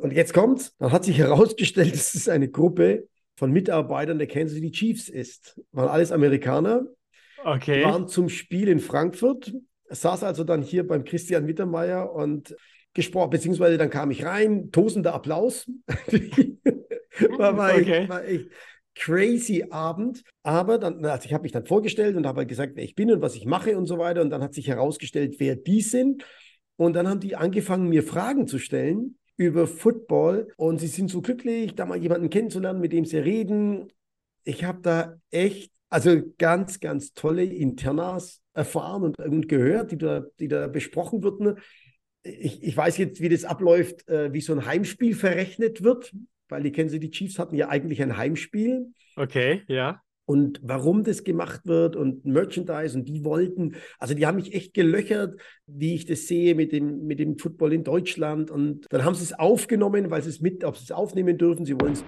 Und jetzt kommt's, dann hat sich herausgestellt, dass es eine Gruppe von Mitarbeitern der Kansas City Chiefs ist. Waren alles Amerikaner. Die Okay. waren zum Spiel in Frankfurt, saß also dann hier beim Christian Mittermeier und gesprochen, beziehungsweise dann kam ich rein, tosender Applaus. Okay. War echt crazy Abend. Aber dann, also ich habe mich dann vorgestellt und habe halt gesagt, wer ich bin und was ich mache und so weiter. Und dann hat sich herausgestellt, wer die sind. Und dann haben die angefangen, mir Fragen zu stellen über Football. Und sie sind so glücklich, da mal jemanden kennenzulernen, mit dem sie reden. Ich habe da echt, also ganz, ganz tolle Internas erfahren und gehört, die da besprochen wurden. Ich weiß jetzt, wie das abläuft, wie so ein Heimspiel verrechnet wird, weil die Kansas City Chiefs hatten ja eigentlich ein Heimspiel. Okay, ja. Und warum das gemacht wird und Merchandise und die wollten, also die haben mich echt gelöchert, wie ich das sehe mit dem Football in Deutschland. Und dann haben sie es aufgenommen, weil sie es mit, ob sie es aufnehmen dürfen, sie wollen es.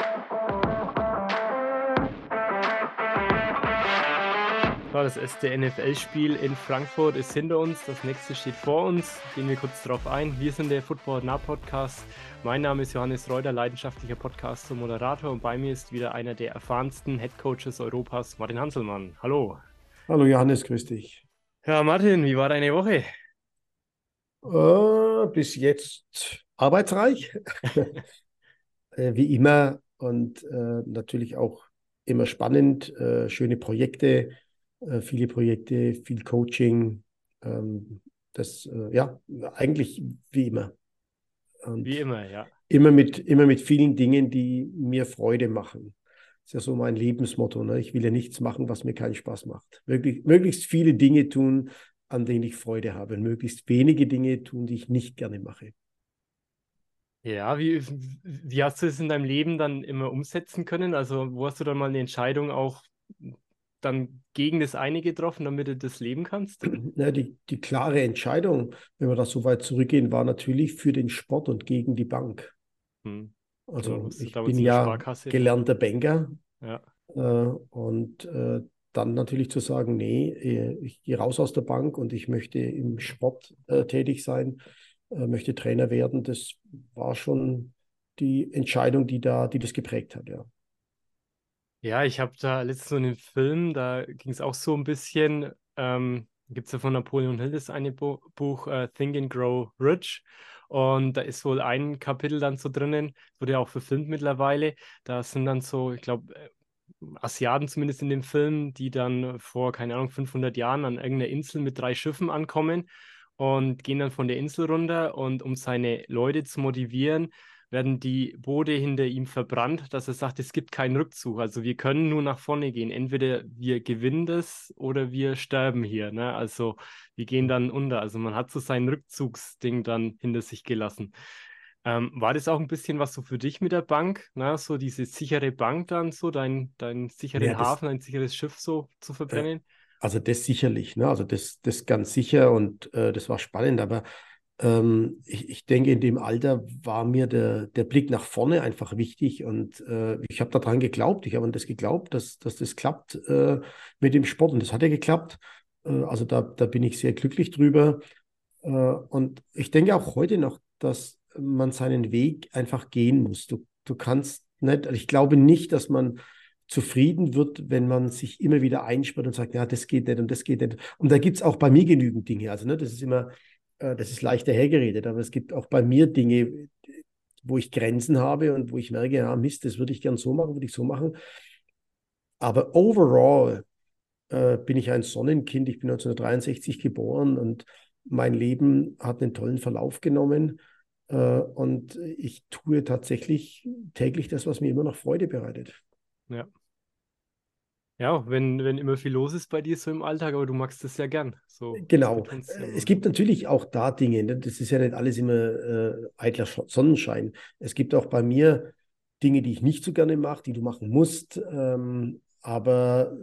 So, das erste NFL-Spiel in Frankfurt ist hinter uns. Das nächste steht vor uns. Gehen wir kurz drauf ein. Wir sind der Football Now Podcast. Mein Name ist Johannes Reuter, leidenschaftlicher Podcaster und Moderator. Und bei mir ist wieder einer der erfahrensten Headcoaches Europas, Martin Hanselmann. Hallo. Hallo Johannes, grüß dich. Ja, Martin, wie war deine Woche? Bis jetzt arbeitsreich, wie immer und natürlich auch immer spannend, schöne Projekte, viele Projekte, viel Coaching, ja, eigentlich wie immer. Wie Und immer, ja. immer mit vielen Dingen, die mir Freude machen. Das ist ja so mein Lebensmotto, ne? Ich will ja nichts machen, was mir keinen Spaß macht. Möglichst viele Dinge tun, an denen ich Freude habe, und möglichst wenige Dinge tun, die ich nicht gerne mache. Ja, wie hast du es in deinem Leben dann immer umsetzen können? Also, wo hast du dann mal eine Entscheidung auch dann gegen das eine getroffen, damit du das leben kannst? Ja, die klare Entscheidung, wenn wir da so weit zurückgehen, war natürlich für den Sport und gegen die Bank. Hm. Genau, du Also bist ich bin damals in der ja Sparkasse. gelernter Banker, Ja. und dann natürlich zu sagen, nee, ich gehe raus aus der Bank und ich möchte im Sport tätig sein, möchte Trainer werden, das war schon die Entscheidung, die das geprägt hat, ja. Ja, ich habe da letztens so einen Film, da ging es auch so ein bisschen, gibt es ja von Napoleon Hill das eine Buch, Think and Grow Rich. Und da ist wohl ein Kapitel dann so drinnen, wurde ja auch verfilmt mittlerweile. Da sind dann so, ich glaube, Asiaten zumindest in dem Film, die dann vor, keine Ahnung, 500 Jahren an irgendeiner Insel mit 3 Schiffen ankommen und gehen dann von der Insel runter. Und um seine Leute zu motivieren, werden die Boote hinter ihm verbrannt, dass er sagt, es gibt keinen Rückzug. Also wir können nur nach vorne gehen. Entweder wir gewinnen das oder wir sterben hier. Ne? Also wir gehen dann unter. Also man hat so sein Rückzugsding dann hinter sich gelassen. War das auch ein bisschen was so für dich mit der Bank? Ne? So diese sichere Bank dann so, deinen Ja, sicheren Hafen, ein sicheres Schiff so zu ja, verbrennen? also das sicherlich, ne? Also das ganz sicher, und das war spannend, aber ich denke, in dem Alter war mir der Blick nach vorne einfach wichtig, und ich habe daran geglaubt, ich habe an das geglaubt, dass das klappt mit dem Sport, und das hat ja geklappt. Also da bin ich sehr glücklich drüber. Und ich denke auch heute noch, dass man seinen Weg einfach gehen muss. Du kannst nicht, also ich glaube nicht, dass man zufrieden wird, wenn man sich immer wieder einsperrt und sagt, ja, das geht nicht und das geht nicht. Und da gibt es auch bei mir genügend Dinge. Also, ne, das ist immer, das ist leichter hergeredet, aber es gibt auch bei mir Dinge, wo ich Grenzen habe und wo ich merke, ja, Mist, das würde ich gern so machen, würde ich so machen. Aber overall bin ich ein Sonnenkind. Ich bin 1963 geboren, und mein Leben hat einen tollen Verlauf genommen. Und ich tue tatsächlich täglich das, was mir immer noch Freude bereitet. Ja. Ja, wenn immer viel los ist bei dir so im Alltag, aber du magst es ja gern. So, das Genau. betonst du ja Es immer. gibt natürlich auch da Dinge, ne? Das ist ja nicht alles immer eitler Sonnenschein. Es gibt auch bei mir Dinge, die ich nicht so gerne mache, die du machen musst. Aber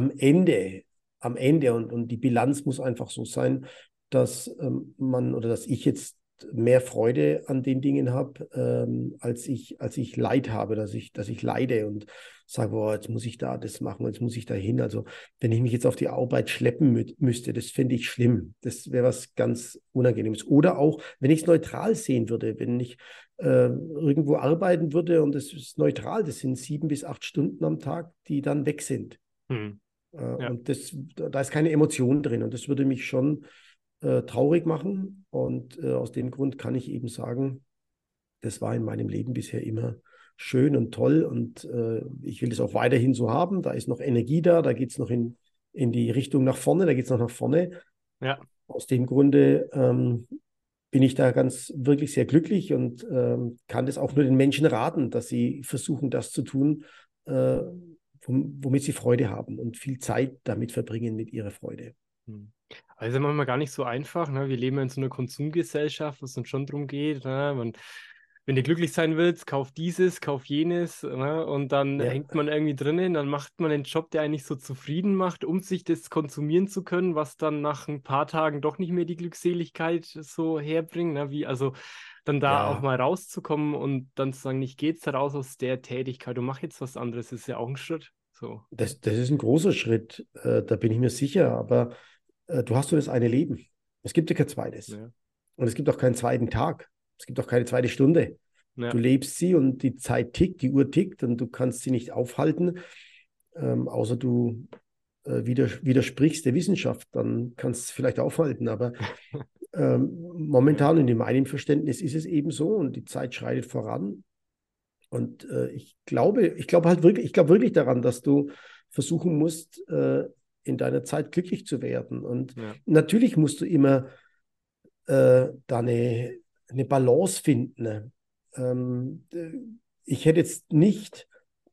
am Ende und die Bilanz muss einfach so sein, dass man oder dass ich jetzt mehr Freude an den Dingen habe, als ich Leid habe, dass ich leide und sage, boah, jetzt muss ich da das machen, jetzt muss ich da hin. Also wenn ich mich jetzt auf die Arbeit schleppen müsste, das fände ich schlimm. Das wäre was ganz Unangenehmes. Oder auch, wenn ich es neutral sehen würde, wenn ich irgendwo arbeiten würde und es ist neutral, das sind 7 bis 8 Stunden am Tag, die dann weg sind. Hm. Ja. Und da ist keine Emotion drin und das würde mich schon traurig machen. Und aus dem Grund kann ich eben sagen, das war in meinem Leben bisher immer schön und toll und ich will es auch weiterhin so haben. Da ist noch Energie da, da geht es noch in die Richtung nach vorne, da geht es noch nach vorne. Ja. Aus dem Grunde bin ich da ganz wirklich sehr glücklich und kann das auch nur den Menschen raten, dass sie versuchen, das zu tun, womit sie Freude haben und viel Zeit damit verbringen mit ihrer Freude. Hm. Also manchmal gar nicht so einfach, ne? Wir leben ja in so einer Konsumgesellschaft, wo es dann schon darum geht, ne? Wenn du glücklich sein willst, kauf dieses, kauf jenes, ne? Und dann Ja, hängt man irgendwie drinnen, dann macht man einen Job, der eigentlich so zufrieden macht, um sich das konsumieren zu können, was dann nach ein paar Tagen doch nicht mehr die Glückseligkeit so herbringt, ne? Also dann da auch ja, mal rauszukommen und dann zu sagen, ich gehe jetzt raus aus der Tätigkeit und mache jetzt was anderes, ist ja auch ein Schritt. So. das ist ein großer Schritt, da bin ich mir sicher, aber du hast nur das eine Leben. Es gibt ja kein zweites. Ja. Und es gibt auch keinen zweiten Tag. Es gibt auch keine zweite Stunde. Du Ja. lebst sie und die Zeit tickt, die Uhr tickt und du kannst sie nicht aufhalten, außer du widersprichst der Wissenschaft, dann kannst du es vielleicht aufhalten. Aber Ja. momentan und in meinem Verständnis ist es eben so und die Zeit schreitet voran. Und ich glaube halt wirklich, ich glaube wirklich daran, dass du versuchen musst, in deiner Zeit glücklich zu werden. Und Ja. natürlich musst du immer da eine Balance finden. Ne? Ich hätte jetzt nicht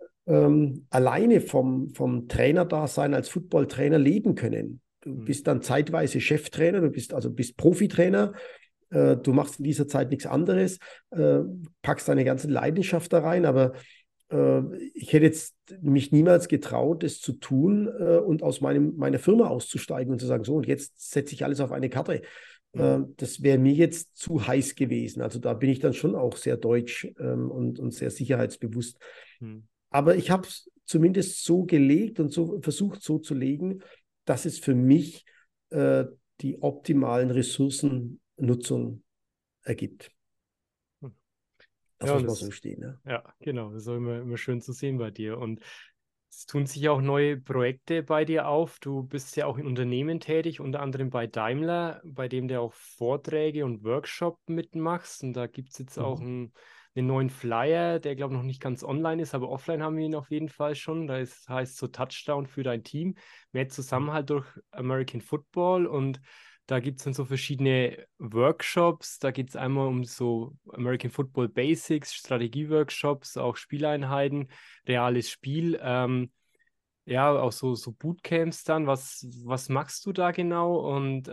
alleine vom Trainerdasein als Footballtrainer leben können. Du Hm. bist dann zeitweise Cheftrainer, bist Profitrainer, du machst in dieser Zeit nichts anderes, äh, packst deine ganze Leidenschaft da rein, aber ich hätte jetzt mich niemals getraut, das zu tun und aus meiner Firma auszusteigen und zu sagen, so, und jetzt setze ich alles auf eine Karte. Hm. Das wäre mir jetzt zu heiß gewesen. Also da bin ich dann schon auch sehr deutsch und sehr sicherheitsbewusst. Hm. Aber ich habe es zumindest so gelegt und so versucht so zu legen, dass es für mich äh, die optimalen Ressourcennutzung ergibt. Hm. Das Ja, muss und man so das, stehen. Ne? ja, genau, das ist auch immer schön zu sehen bei dir. Und es tun sich auch neue Projekte bei dir auf. Du bist ja auch in Unternehmen tätig, unter anderem bei Daimler, bei dem du auch Vorträge und Workshop mitmachst. Und da gibt es jetzt auch Mhm. einen neuen Flyer, der glaube ich noch nicht ganz online ist, aber offline haben wir ihn auf jeden Fall schon. Heißt so Touchdown für dein Team. Mehr Zusammenhalt durch American Football und da gibt es dann so verschiedene Workshops. Da geht es einmal um so American Football Basics, Strategie-Workshops, auch Spieleinheiten, reales Spiel. Ja, auch so Bootcamps dann. Was machst du da genau und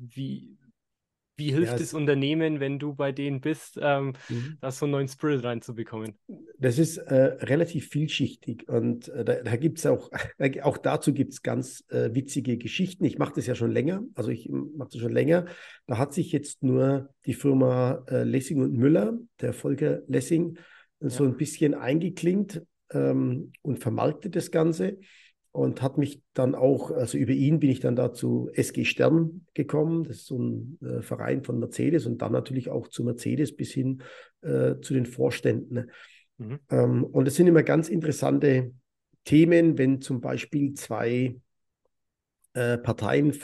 wie Ja, hilft es Unternehmen, wenn du bei denen bist, mhm. da so einen neuen Spirit reinzubekommen? Das ist relativ vielschichtig und da gibt es auch dazu gibt es ganz witzige Geschichten. Ich mache das ja schon länger, also ich mache das schon länger. Da hat sich jetzt nur die Firma Lessing und Müller, der Volker Lessing, so Ja. ein bisschen eingeklinkt und vermarktet das Ganze und hat mich dann auch, also über ihn bin ich dann da zu SG Stern gekommen. Das ist so ein Verein von Mercedes und dann natürlich auch zu Mercedes bis hin zu den Vorständen. Mhm. Und es sind immer ganz interessante Themen, wenn zum Beispiel zwei Parteien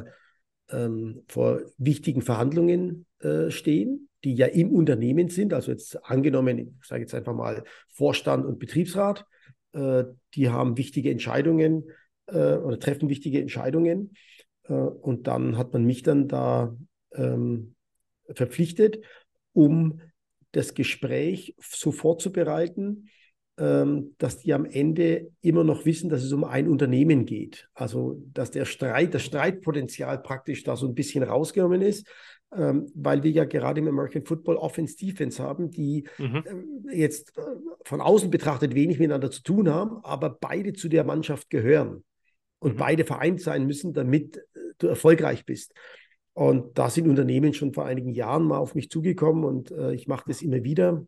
vor wichtigen Verhandlungen stehen, die ja im Unternehmen sind. Also jetzt angenommen, ich sage jetzt einfach mal Vorstand und Betriebsrat, die haben wichtige Entscheidungen oder treffen wichtige Entscheidungen. Und dann hat man mich dann da verpflichtet, um das Gespräch so vorzubereiten, dass die am Ende immer noch wissen, dass es um ein Unternehmen geht. Also, dass das Streitpotenzial praktisch da so ein bisschen rausgenommen ist, weil wir ja gerade im American Football Offense Defense haben, die Mhm. jetzt von außen betrachtet wenig miteinander zu tun haben, aber beide zu der Mannschaft gehören und Mhm. beide vereint sein müssen, damit du erfolgreich bist. Und da sind Unternehmen schon vor einigen Jahren mal auf mich zugekommen und ich mache das immer wieder.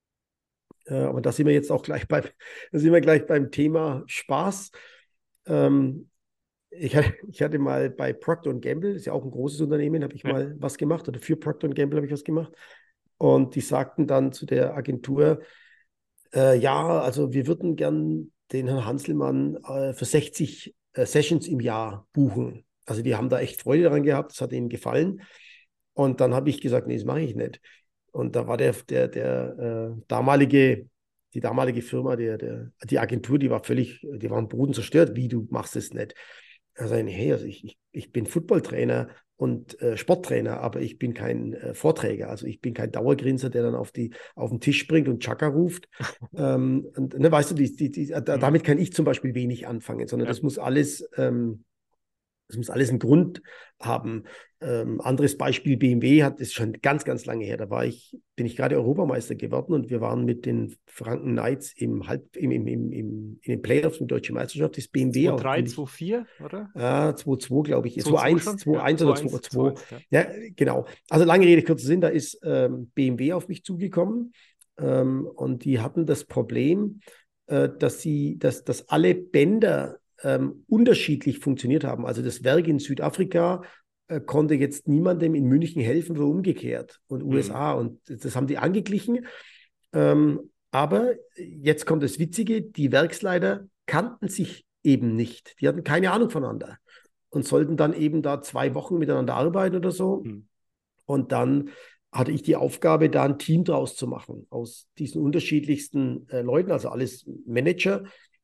Aber da sind wir jetzt auch da sind wir gleich beim Thema Spaß. Ähm, ich hatte mal bei Procter Gamble, ist ja auch ein großes Unternehmen, habe ich Ja. mal was gemacht oder für Procter Gamble habe ich was gemacht. Und die sagten dann zu der Agentur, ja, also wir würden gern den Herrn Hanselmann für 60 Sessions im Jahr buchen. Also die haben da echt Freude daran gehabt, das hat ihnen gefallen. Und dann habe ich gesagt, nee, das mache ich nicht. Und da war die damalige Firma, die Agentur, die war am Boden zerstört. Wie, du machst es nicht? Also, hey, also ich bin Footballtrainer und Sporttrainer, aber ich bin kein Vorträger. Also ich bin kein Dauergrinser, der dann auf den Tisch springt und Chaka ruft. Und ne, weißt du, Mhm. damit kann ich zum Beispiel wenig anfangen, sondern Ja. das muss alles einen Grund haben. Anderes Beispiel, BMW hat es schon ganz, ganz lange her. Bin ich gerade Europameister geworden und wir waren mit den Franken Knights in den Playoffs mit Deutsche Meisterschaft. Das BMW auch, 2-3, finde ich, 2-4, oder? 2-2, glaube ich. 2-2 2-1, schon? Ja, 2-1 oder 2-1, 2-2. 2-1, ja. Ja, genau. Also lange Rede, kurzer Sinn, da ist BMW auf mich zugekommen und die hatten das Problem, dass alle Bänder unterschiedlich funktioniert haben. Also das Werk in Südafrika konnte jetzt niemandem in München helfen oder umgekehrt und Mhm. USA. Und das haben die angeglichen. Aber jetzt kommt das Witzige, die Werksleiter kannten sich eben nicht. Die hatten keine Ahnung voneinander und sollten dann eben da 2 Wochen miteinander arbeiten oder so. Mhm. Und dann hatte ich die Aufgabe, da ein Team draus zu machen, aus diesen unterschiedlichsten Leuten, also alles Manager.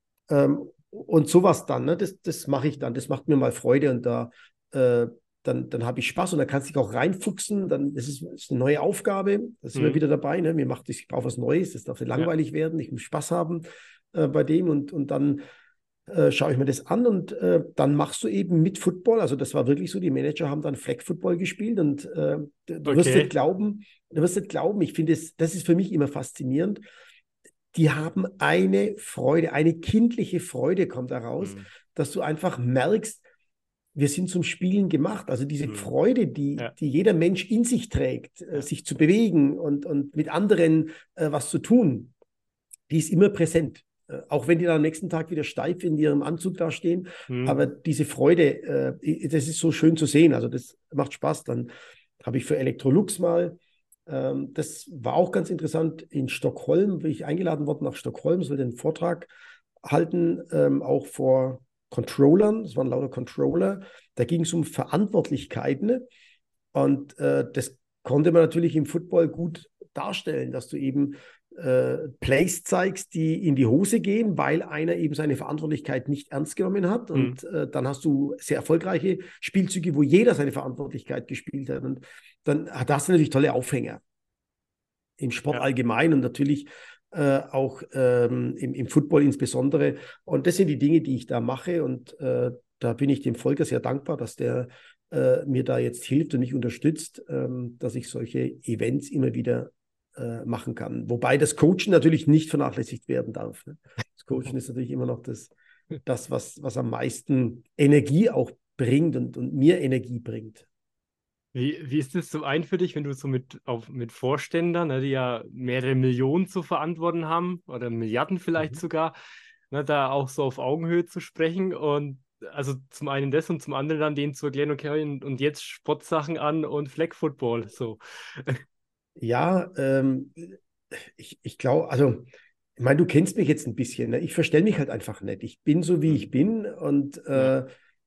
Und sowas dann, ne? Das mache ich dann. Das macht mir mal Freude und äh, dann habe ich Spaß und dann kannst du dich auch reinfuchsen. Dann ist eine neue Aufgabe. Da sind wir Mhm. wieder dabei. Ne? Ich brauche was Neues. Das darf nicht Ja. langweilig werden. Ich muss Spaß haben bei dem und dann schaue ich mir das an und dann machst du eben mit Football. Also das war wirklich so. Die Manager haben dann Flag Football gespielt und Okay. du wirst nicht glauben. Ich finde das ist für mich immer faszinierend. Die haben eine Freude, eine kindliche Freude kommt daraus, Mhm. dass du einfach merkst, wir sind zum Spielen gemacht. Also diese Mhm. Freude, die, Ja. die jeder Mensch in sich trägt, Ja. sich zu bewegen und mit anderen was zu tun, die ist immer präsent. Auch wenn die dann am nächsten Tag wieder steif in ihrem Anzug dastehen. Mhm. Aber diese Freude, das ist so schön zu sehen. Also das macht Spaß. Dann habe ich für Electrolux mal, das war auch ganz interessant, in Stockholm, bin ich eingeladen worden nach Stockholm, soll den Vortrag halten, auch vor Controllern, das waren lauter Controller. Da ging es um Verantwortlichkeiten und das konnte man natürlich im Football gut darstellen, dass du eben Plays zeigst, die in die Hose gehen, weil einer eben seine Verantwortlichkeit nicht ernst genommen hat. Mhm. Und dann hast du sehr erfolgreiche Spielzüge, wo jeder seine Verantwortlichkeit gespielt hat. Und dann hast du natürlich tolle Aufhänger im Sport Ja. allgemein und natürlich auch im Football insbesondere. Und das sind die Dinge, die ich da mache. Und da bin ich dem Volker sehr dankbar, dass der mir da jetzt hilft und mich unterstützt, dass ich solche Events immer wieder machen kann. Wobei das Coachen natürlich nicht vernachlässigt werden darf. Ne? Das Coachen ist natürlich immer noch was am meisten Energie auch bringt und mir Energie bringt. Wie ist es zum einen für dich, wenn du so mit Vorständern, ne, die ja mehrere Millionen zu verantworten haben oder Milliarden vielleicht Mhm. sogar, ne, da auch so auf Augenhöhe zu sprechen und also zum einen das und zum anderen dann denen zu erklären, okay, und jetzt Sportsachen an und Flag Football, so. Ja, ich glaube, also, ich meine, du kennst mich jetzt ein bisschen. Ne? Ich verstelle mich halt einfach nicht. Ich bin so, wie ich Hm. bin und, Ja,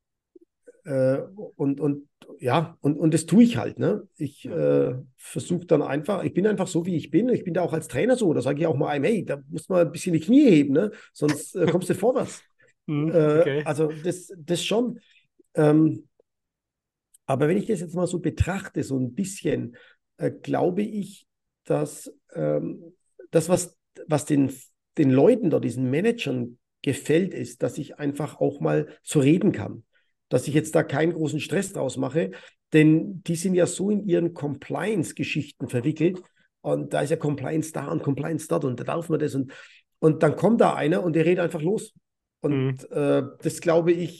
äh, und ja, und das tue ich halt. Ne? Ich ja. versuche dann einfach, ich bin einfach so, wie ich bin. Ich bin da auch als Trainer so. Da sage ich auch mal einem, hey, da muss man ein bisschen die Knie heben, ne? Sonst kommst du nicht vorwärts. Hm, okay. Also das schon. Ähm, aber wenn ich das jetzt mal so betrachte, so ein bisschen, glaube ich, dass das, was den Leuten da, diesen Managern gefällt, ist, dass ich einfach auch mal so reden kann. Dass ich Hm. jetzt da keinen großen Stress draus mache, denn die sind ja so in ihren Compliance-Geschichten verwickelt. Und da ist ja Compliance da und Compliance dort und da darf man das. Und dann kommt da einer und der redet einfach los. Hm. Und das glaube ich,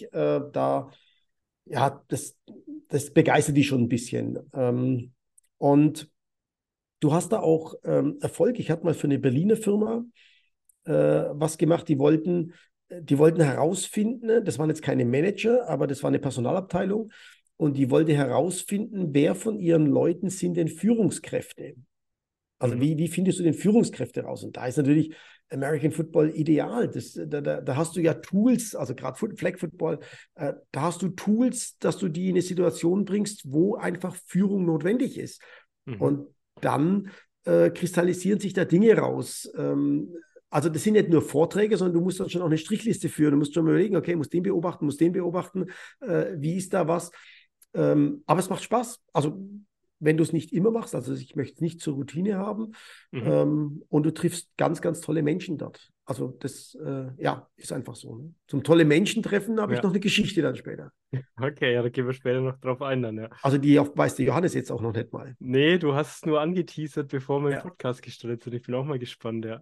ja, das begeistert die schon ein bisschen. Und du hast da auch Erfolg. Ich hatte mal für eine Berliner Firma was gemacht. Die wollten herausfinden, das waren jetzt keine Manager, aber das war eine Personalabteilung. Und die wollte herausfinden, wer von ihren Leuten sind denn Führungskräfte. Also wie findest du den Führungskräfte raus? Und da ist natürlich American Football ideal. Da hast du ja Tools, also gerade Flag Football, da hast du Tools, dass du die in eine Situation bringst, wo einfach Führung notwendig ist. Mhm. Und dann kristallisieren sich da Dinge raus. Also das sind nicht nur Vorträge, sondern du musst dann schon auch eine Strichliste führen. Du musst schon mal überlegen, okay, muss den beobachten, wie ist da was? Aber es macht Spaß. Also wenn du es nicht immer machst, also ich möchte es nicht zur Routine haben, Mhm. und du triffst ganz, ganz tolle Menschen dort. Also das, ja, ist einfach so. Ne? Zum tolle Menschen treffen habe ich Ja, noch eine Geschichte dann später. okay, ja, da gehen wir später noch drauf ein dann, ja. Also die weiß der Johannes jetzt auch noch nicht mal. Nee, du hast es nur angeteasert, bevor wir im Ja. Podcast gestartet sind. Ich bin auch mal gespannt, ja.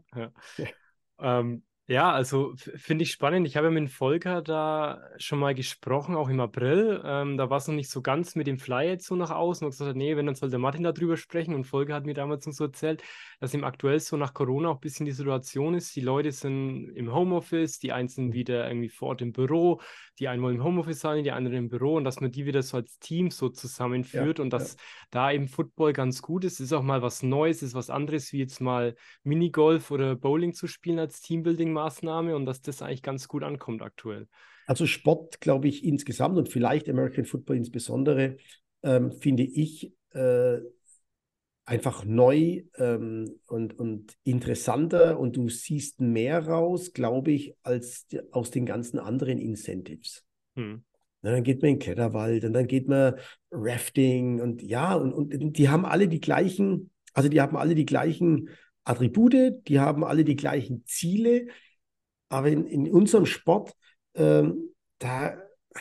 Ja, also finde ich spannend. Ich habe ja mit Volker da schon mal gesprochen, auch im April. Da war es noch nicht so ganz mit dem Fly jetzt so nach außen und gesagt, nee, wenn, dann soll der Martin darüber sprechen. Und Volker hat mir damals noch so erzählt, dass ihm aktuell so nach Corona auch ein bisschen die Situation ist. Die Leute sind im Homeoffice, die einen sind wieder irgendwie vor Ort im Büro, die einen wollen im Homeoffice sein, die anderen im Büro und dass man die wieder so als Team so Ja, zusammenführt und ja. dass da eben Football ganz gut ist. Ist auch mal was Neues, ist was anderes, wie jetzt mal Minigolf oder Bowling zu spielen als Teambuilding-Maßnahme und dass das eigentlich ganz gut ankommt aktuell. Also Sport, glaube ich, insgesamt und vielleicht American Football insbesondere, finde ich einfach neu und interessanter und du siehst mehr raus, glaube ich, als aus den ganzen anderen Incentives. Hm. Na, dann geht man in den Kletterwald und dann geht man Rafting und ja, und die haben alle die gleichen, also die haben alle die gleichen Attribute, die haben alle die gleichen Ziele, aber in unserem Sport, da,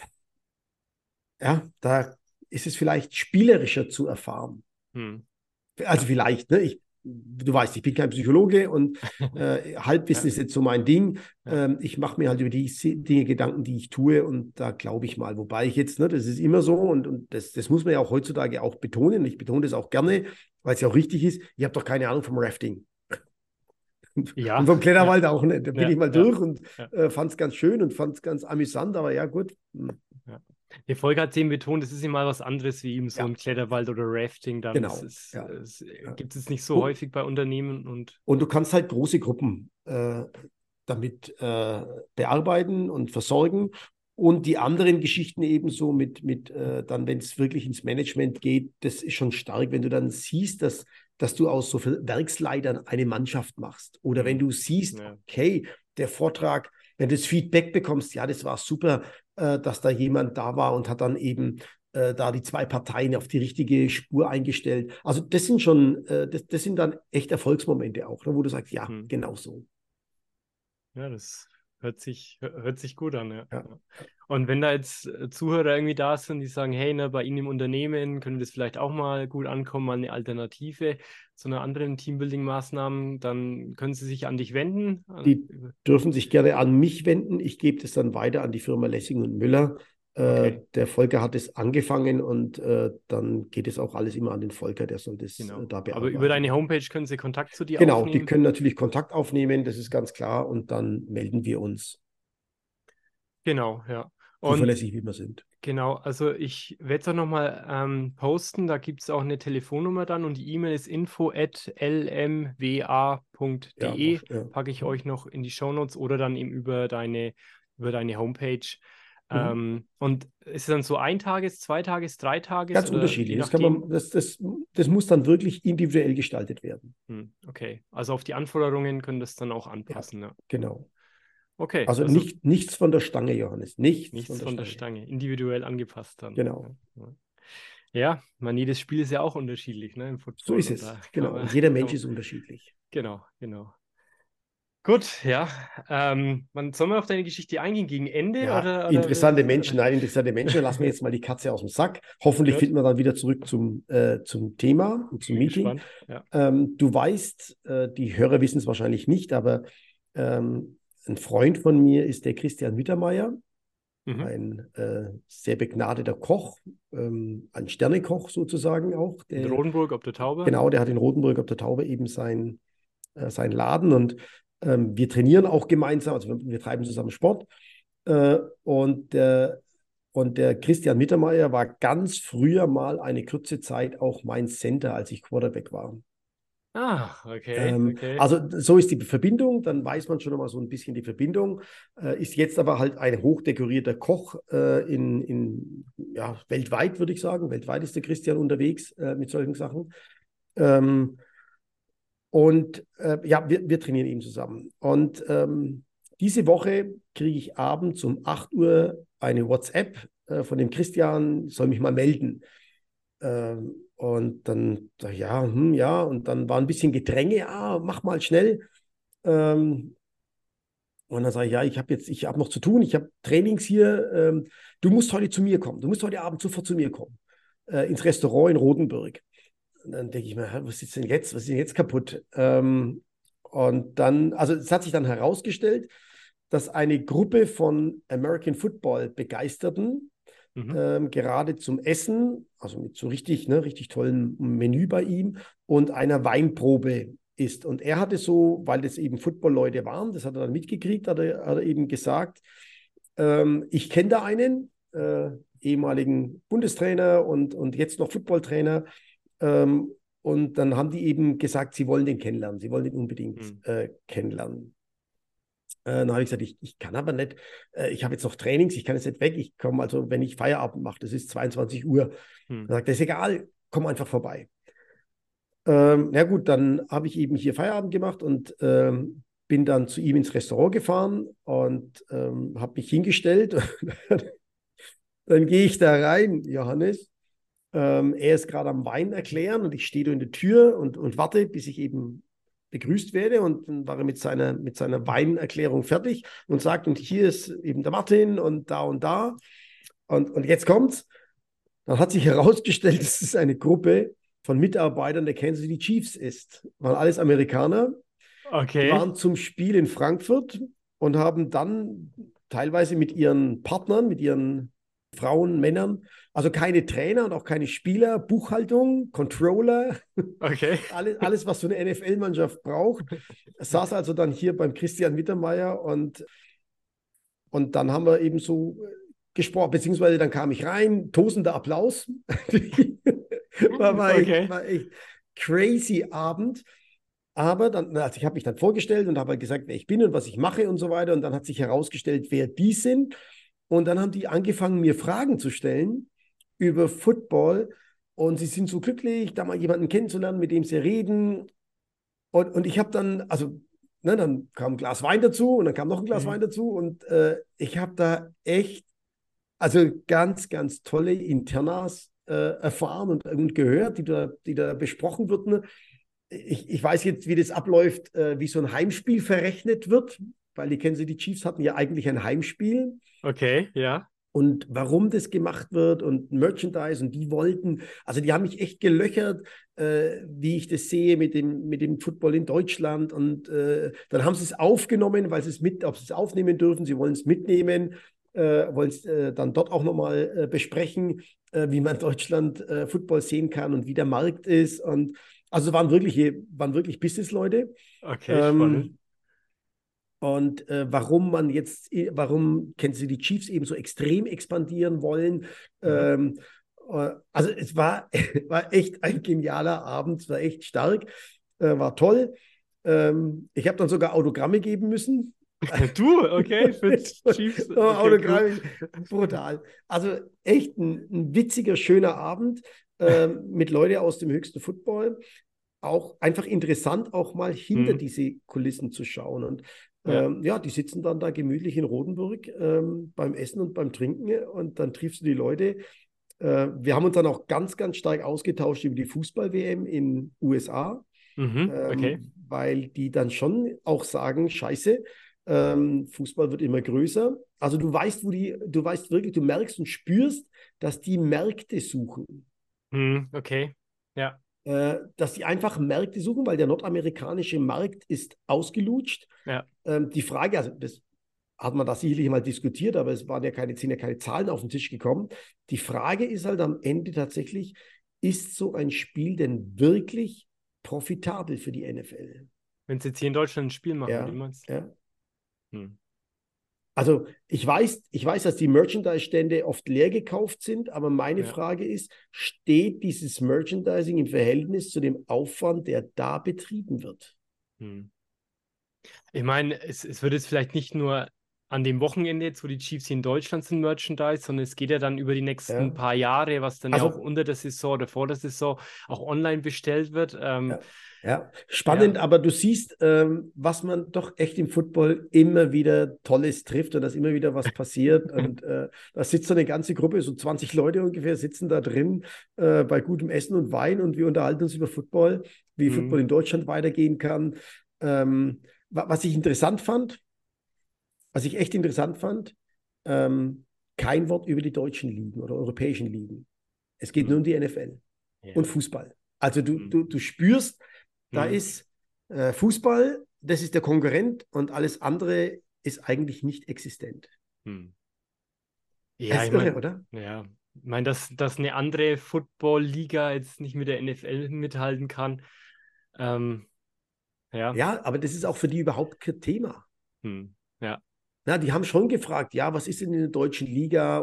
ja, da ist es vielleicht spielerischer zu erfahren. Hm. Also Ja. vielleicht, ne? Du weißt, ich bin kein Psychologe und Halbwissen Ja. ist jetzt so mein Ding. Ja. Ich mache mir halt über die Dinge Gedanken, die ich tue und da glaube ich mal. Wobei ich jetzt, ne, das ist immer so und das muss man ja auch heutzutage auch betonen. Ich betone das auch gerne, weil es ja auch richtig ist. Ich habe doch keine Ahnung vom Rafting und Ja. vom Ja. Kletterwald auch nicht. Da bin Ja. ich mal Ja. durch und Ja. fand es ganz schön und fand es ganz amüsant, aber ja, gut. Ja. Die Folge hat eben betont, es ist immer mal was anderes wie eben so Ja, ein Kletterwald oder Rafting. Dann genau. Ja, es ja. gibt es nicht so häufig bei Unternehmen und Und du kannst halt große Gruppen damit bearbeiten und versorgen. Und die anderen Geschichten ebenso mit dann, wenn es wirklich ins Management geht, das ist schon stark, wenn du dann siehst, dass du aus so vielen Werksleitern eine Mannschaft machst. Oder wenn hm. du siehst, Ja. okay, der Vortrag, wenn du das Feedback bekommst, ja, das war super, dass da jemand da war und hat dann eben da die zwei Parteien auf die richtige Spur eingestellt. Also das sind schon, das sind dann echt Erfolgsmomente auch, ne, wo du sagst, ja, Hm. genau so. Ja, das hört sich gut an, ja. Ja. Ja. Und wenn da jetzt Zuhörer irgendwie da sind, die sagen, hey, ne, bei Ihnen im Unternehmen könnte das vielleicht auch mal gut ankommen, mal eine Alternative zu einer anderen Teambuilding-Maßnahmen, dann können Sie sich an dich wenden. Die dürfen sich gerne an mich wenden. Ich gebe das dann weiter an die Firma Lessing und Müller. Okay, Der Volker hat es angefangen und dann geht es auch alles immer an den Volker, der soll das genau. da Aber über deine bearbeiten. Homepage können Sie Kontakt zu dir Genau, die aufnehmen. können natürlich Kontakt aufnehmen, das ist ganz klar, und dann melden wir uns, Genau, ja. Und zuverlässig wie wir sind. genau, also ich werde es auch nochmal posten, da gibt es auch eine Telefonnummer dann und die E-Mail ist Ja, info@lmwa.de, ja. packe ich euch noch in die Shownotes oder dann eben über deine Homepage. Mhm. Und ist es dann so ein Tages-, zwei Tages-, drei Tages Ganz oder unterschiedlich. je nachdem? Das muss dann wirklich individuell gestaltet werden. Okay, also auf die Anforderungen können das dann auch Ja, anpassen, ja. genau. Okay, Also also nichts von der Stange, Johannes. Nichts von nichts der von der Stange. Stange, individuell angepasst dann. Ja, Genau. ja. Ja, man, jedes Spiel ist ja auch unterschiedlich, ne, im So Football ist und es. da Genau. Und jeder kann Mensch man, ist unterschiedlich. genau, genau. Gut, ja. Soll man auf deine Geschichte eingehen gegen Ende Ja, interessante willst Menschen. Nein, interessante Menschen. Lassen wir jetzt mal die Katze aus dem Sack. Hoffentlich Gut, finden wir dann wieder zurück zum Thema und zum bin Meeting. gespannt. Ja. Du weißt, die Hörer wissen es wahrscheinlich nicht, aber ein Freund von mir ist der Christian Mittermeier, Mhm. ein sehr begnadeter Koch, ein Sternekoch sozusagen auch. In Rodenburg ob der Taube. Genau, der hat in Rotenburg auf der Taube eben sein Laden und wir trainieren auch gemeinsam, also wir treiben zusammen Sport. Äh, und, der, und der Christian Mittermeier war ganz früher mal eine kurze Zeit auch mein Center, als ich Quarterback war. Ah, okay, okay. Also so ist die Verbindung, dann weiß man schon mal so ein bisschen die Verbindung. Ist jetzt aber halt ein hochdekorierter Koch ja, weltweit, würde ich sagen. Weltweit ist der Christian unterwegs mit solchen Sachen. Ähm, ja, wir trainieren eben zusammen. Und diese Woche kriege ich abends um 8 Uhr eine WhatsApp von dem Christian, soll mich mal melden. Und dann sag ich, ja, ja, und dann war ein bisschen Gedränge, ja, mach mal schnell. Ähm, und dann sage ich, ja, ich habe noch zu tun, ich habe Trainings hier. Du musst heute zu mir kommen, du musst heute Abend sofort zu mir kommen, ins Restaurant in Rotenburg. Und dann denke ich mir, hä, was ist denn jetzt kaputt? Und dann, also es hat sich dann herausgestellt, dass eine Gruppe von American Football Begeisterten Mhm. gerade zum Essen, also mit so richtig, ne, richtig tollen Menü bei ihm und einer Weinprobe ist. Und er hatte so, weil das eben Football-Leute waren, das hat er dann mitgekriegt, hat er eben gesagt, ich kenne da einen, ehemaligen Bundestrainer und jetzt noch Footballtrainer. Ähm, und dann haben die eben gesagt, sie wollen den kennenlernen, sie wollen den unbedingt Hm. kennenlernen. Dann habe ich gesagt, ich kann aber nicht, ich habe jetzt noch Trainings, ich kann jetzt nicht weg, ich komme also, wenn ich Feierabend mache, das ist 22 Uhr. Hm. Dann sagt er, ist egal, komm einfach vorbei. Ja gut, dann habe ich eben hier Feierabend gemacht und bin dann zu ihm ins Restaurant gefahren und habe mich hingestellt. Dann gehe ich da rein, Johannes. Er ist gerade am Wein erklären und ich stehe da in der Tür und warte, bis ich eben begrüßt werde. Und dann war er mit seiner Weinerklärung fertig und sagt, und hier ist eben der Martin und da und da. Und jetzt kommt's. Dann hat sich herausgestellt, dass es eine Gruppe von Mitarbeitern der Kansas City Chiefs ist. Waren alles Amerikaner. Die Okay, waren zum Spiel in Frankfurt und haben dann teilweise mit ihren Partnern, mit ihren Frauen, Männern, also keine Trainer und auch keine Spieler, Buchhaltung, Controller, okay. alles was so eine NFL-Mannschaft braucht, saß also dann hier beim Christian Mittermeier und dann haben wir eben so gesprochen, beziehungsweise dann kam ich rein, tosender Applaus. Okay, War echt crazy Abend. Aber dann, also ich habe mich dann vorgestellt und habe halt gesagt, wer ich bin und was ich mache und so weiter. Und dann hat sich herausgestellt, wer die sind. Und dann haben die angefangen, mir Fragen zu stellen über Football. Und sie sind so glücklich, da mal jemanden kennenzulernen, mit dem sie reden. Und ich habe dann, also, ne, dann kam ein Glas Wein dazu und dann kam noch ein Glas mhm. Wein dazu. Und ich habe da echt, also ganz, ganz tolle Internas erfahren und gehört, die da besprochen wurden. Ich weiß jetzt, wie das abläuft, wie so ein Heimspiel verrechnet wird, weil die Kansas City Chiefs hatten ja eigentlich ein Heimspiel Okay, ja. und warum das gemacht wird und Merchandise und die wollten, also die haben mich echt gelöchert, wie ich das sehe mit dem Football in Deutschland und dann haben sie es aufgenommen, weil sie es ob sie es aufnehmen dürfen, sie wollen es mitnehmen, wollen es dann dort auch nochmal besprechen, wie man in Deutschland Football sehen kann und wie der Markt ist und also waren wirklich Businessleute. Okay, spannend. Ähm, und warum kennen Sie die Chiefs eben so extrem expandieren wollen? Mhm. Also es war, war echt ein genialer Abend, es war echt stark, war toll. Ich habe dann sogar Autogramme geben müssen. Du, okay, für Chiefs, okay, cool. Autogramme, brutal. Also echt ein witziger, schöner Abend mit Leuten aus dem höchsten Football auch einfach interessant, auch mal hinter Hm. diese Kulissen zu schauen. Und Ja, ja, die sitzen dann da gemütlich in Rotenburg beim Essen und beim Trinken und dann triffst du die Leute. Wir haben uns dann auch ganz, ganz stark ausgetauscht über die Fußball-WM in USA, mhm. Okay, weil die dann schon auch sagen, Scheiße, Fußball wird immer größer. Also du weißt wirklich, du merkst und spürst, dass die Märkte suchen. hm. Okay, ja, Dass die einfach Märkte suchen, weil der nordamerikanische Markt ist ausgelutscht. ja. Die Frage, also das hat man da sicherlich mal diskutiert, aber sind ja keine Zahlen auf den Tisch gekommen. Die Frage ist halt am Ende tatsächlich, ist so ein Spiel denn wirklich profitabel für die NFL? Wenn sie jetzt hier in Deutschland ein Spiel machen, wie Ja, meinst ja. du? Hm. Also ich weiß, dass die Merchandise-Stände oft leer gekauft sind, aber meine Ja. Frage ist, steht dieses Merchandising im Verhältnis zu dem Aufwand, der da betrieben wird? Hm. Ich meine, es wird jetzt vielleicht nicht nur an dem Wochenende, jetzt wo die Chiefs hier in Deutschland sind, Merchandise, sondern es geht ja dann über die nächsten Ja, paar Jahre, was dann ja auch also unter der Saison oder vor der Saison auch online bestellt wird. ja, ja, spannend, Ja. aber du siehst, was man doch echt im Football immer wieder Tolles trifft und dass immer wieder was passiert. Und da sitzt so eine ganze Gruppe, so 20 Leute ungefähr, sitzen da drin bei gutem Essen und Wein und wir unterhalten uns über Football, wie Hm. Football in Deutschland weitergehen kann. Was ich interessant fand, was ich echt interessant fand, ähm, kein Wort über die deutschen Ligen oder europäischen Ligen. Es geht nur Hm. um die NFL und Ja. Fußball. Also Hm. du spürst, da Hm. ist Fußball, das ist der Konkurrent und alles andere ist eigentlich nicht existent. Hm. Es Ja, ist ich irre, meine, oder? ja, ich meine, dass eine andere Football-Liga jetzt nicht mit der NFL mithalten kann. Ähm, ja, Ja, aber das ist auch für das, die überhaupt kein Thema. ja. Na, die haben schon gefragt, ja, was ist denn in der deutschen Liga?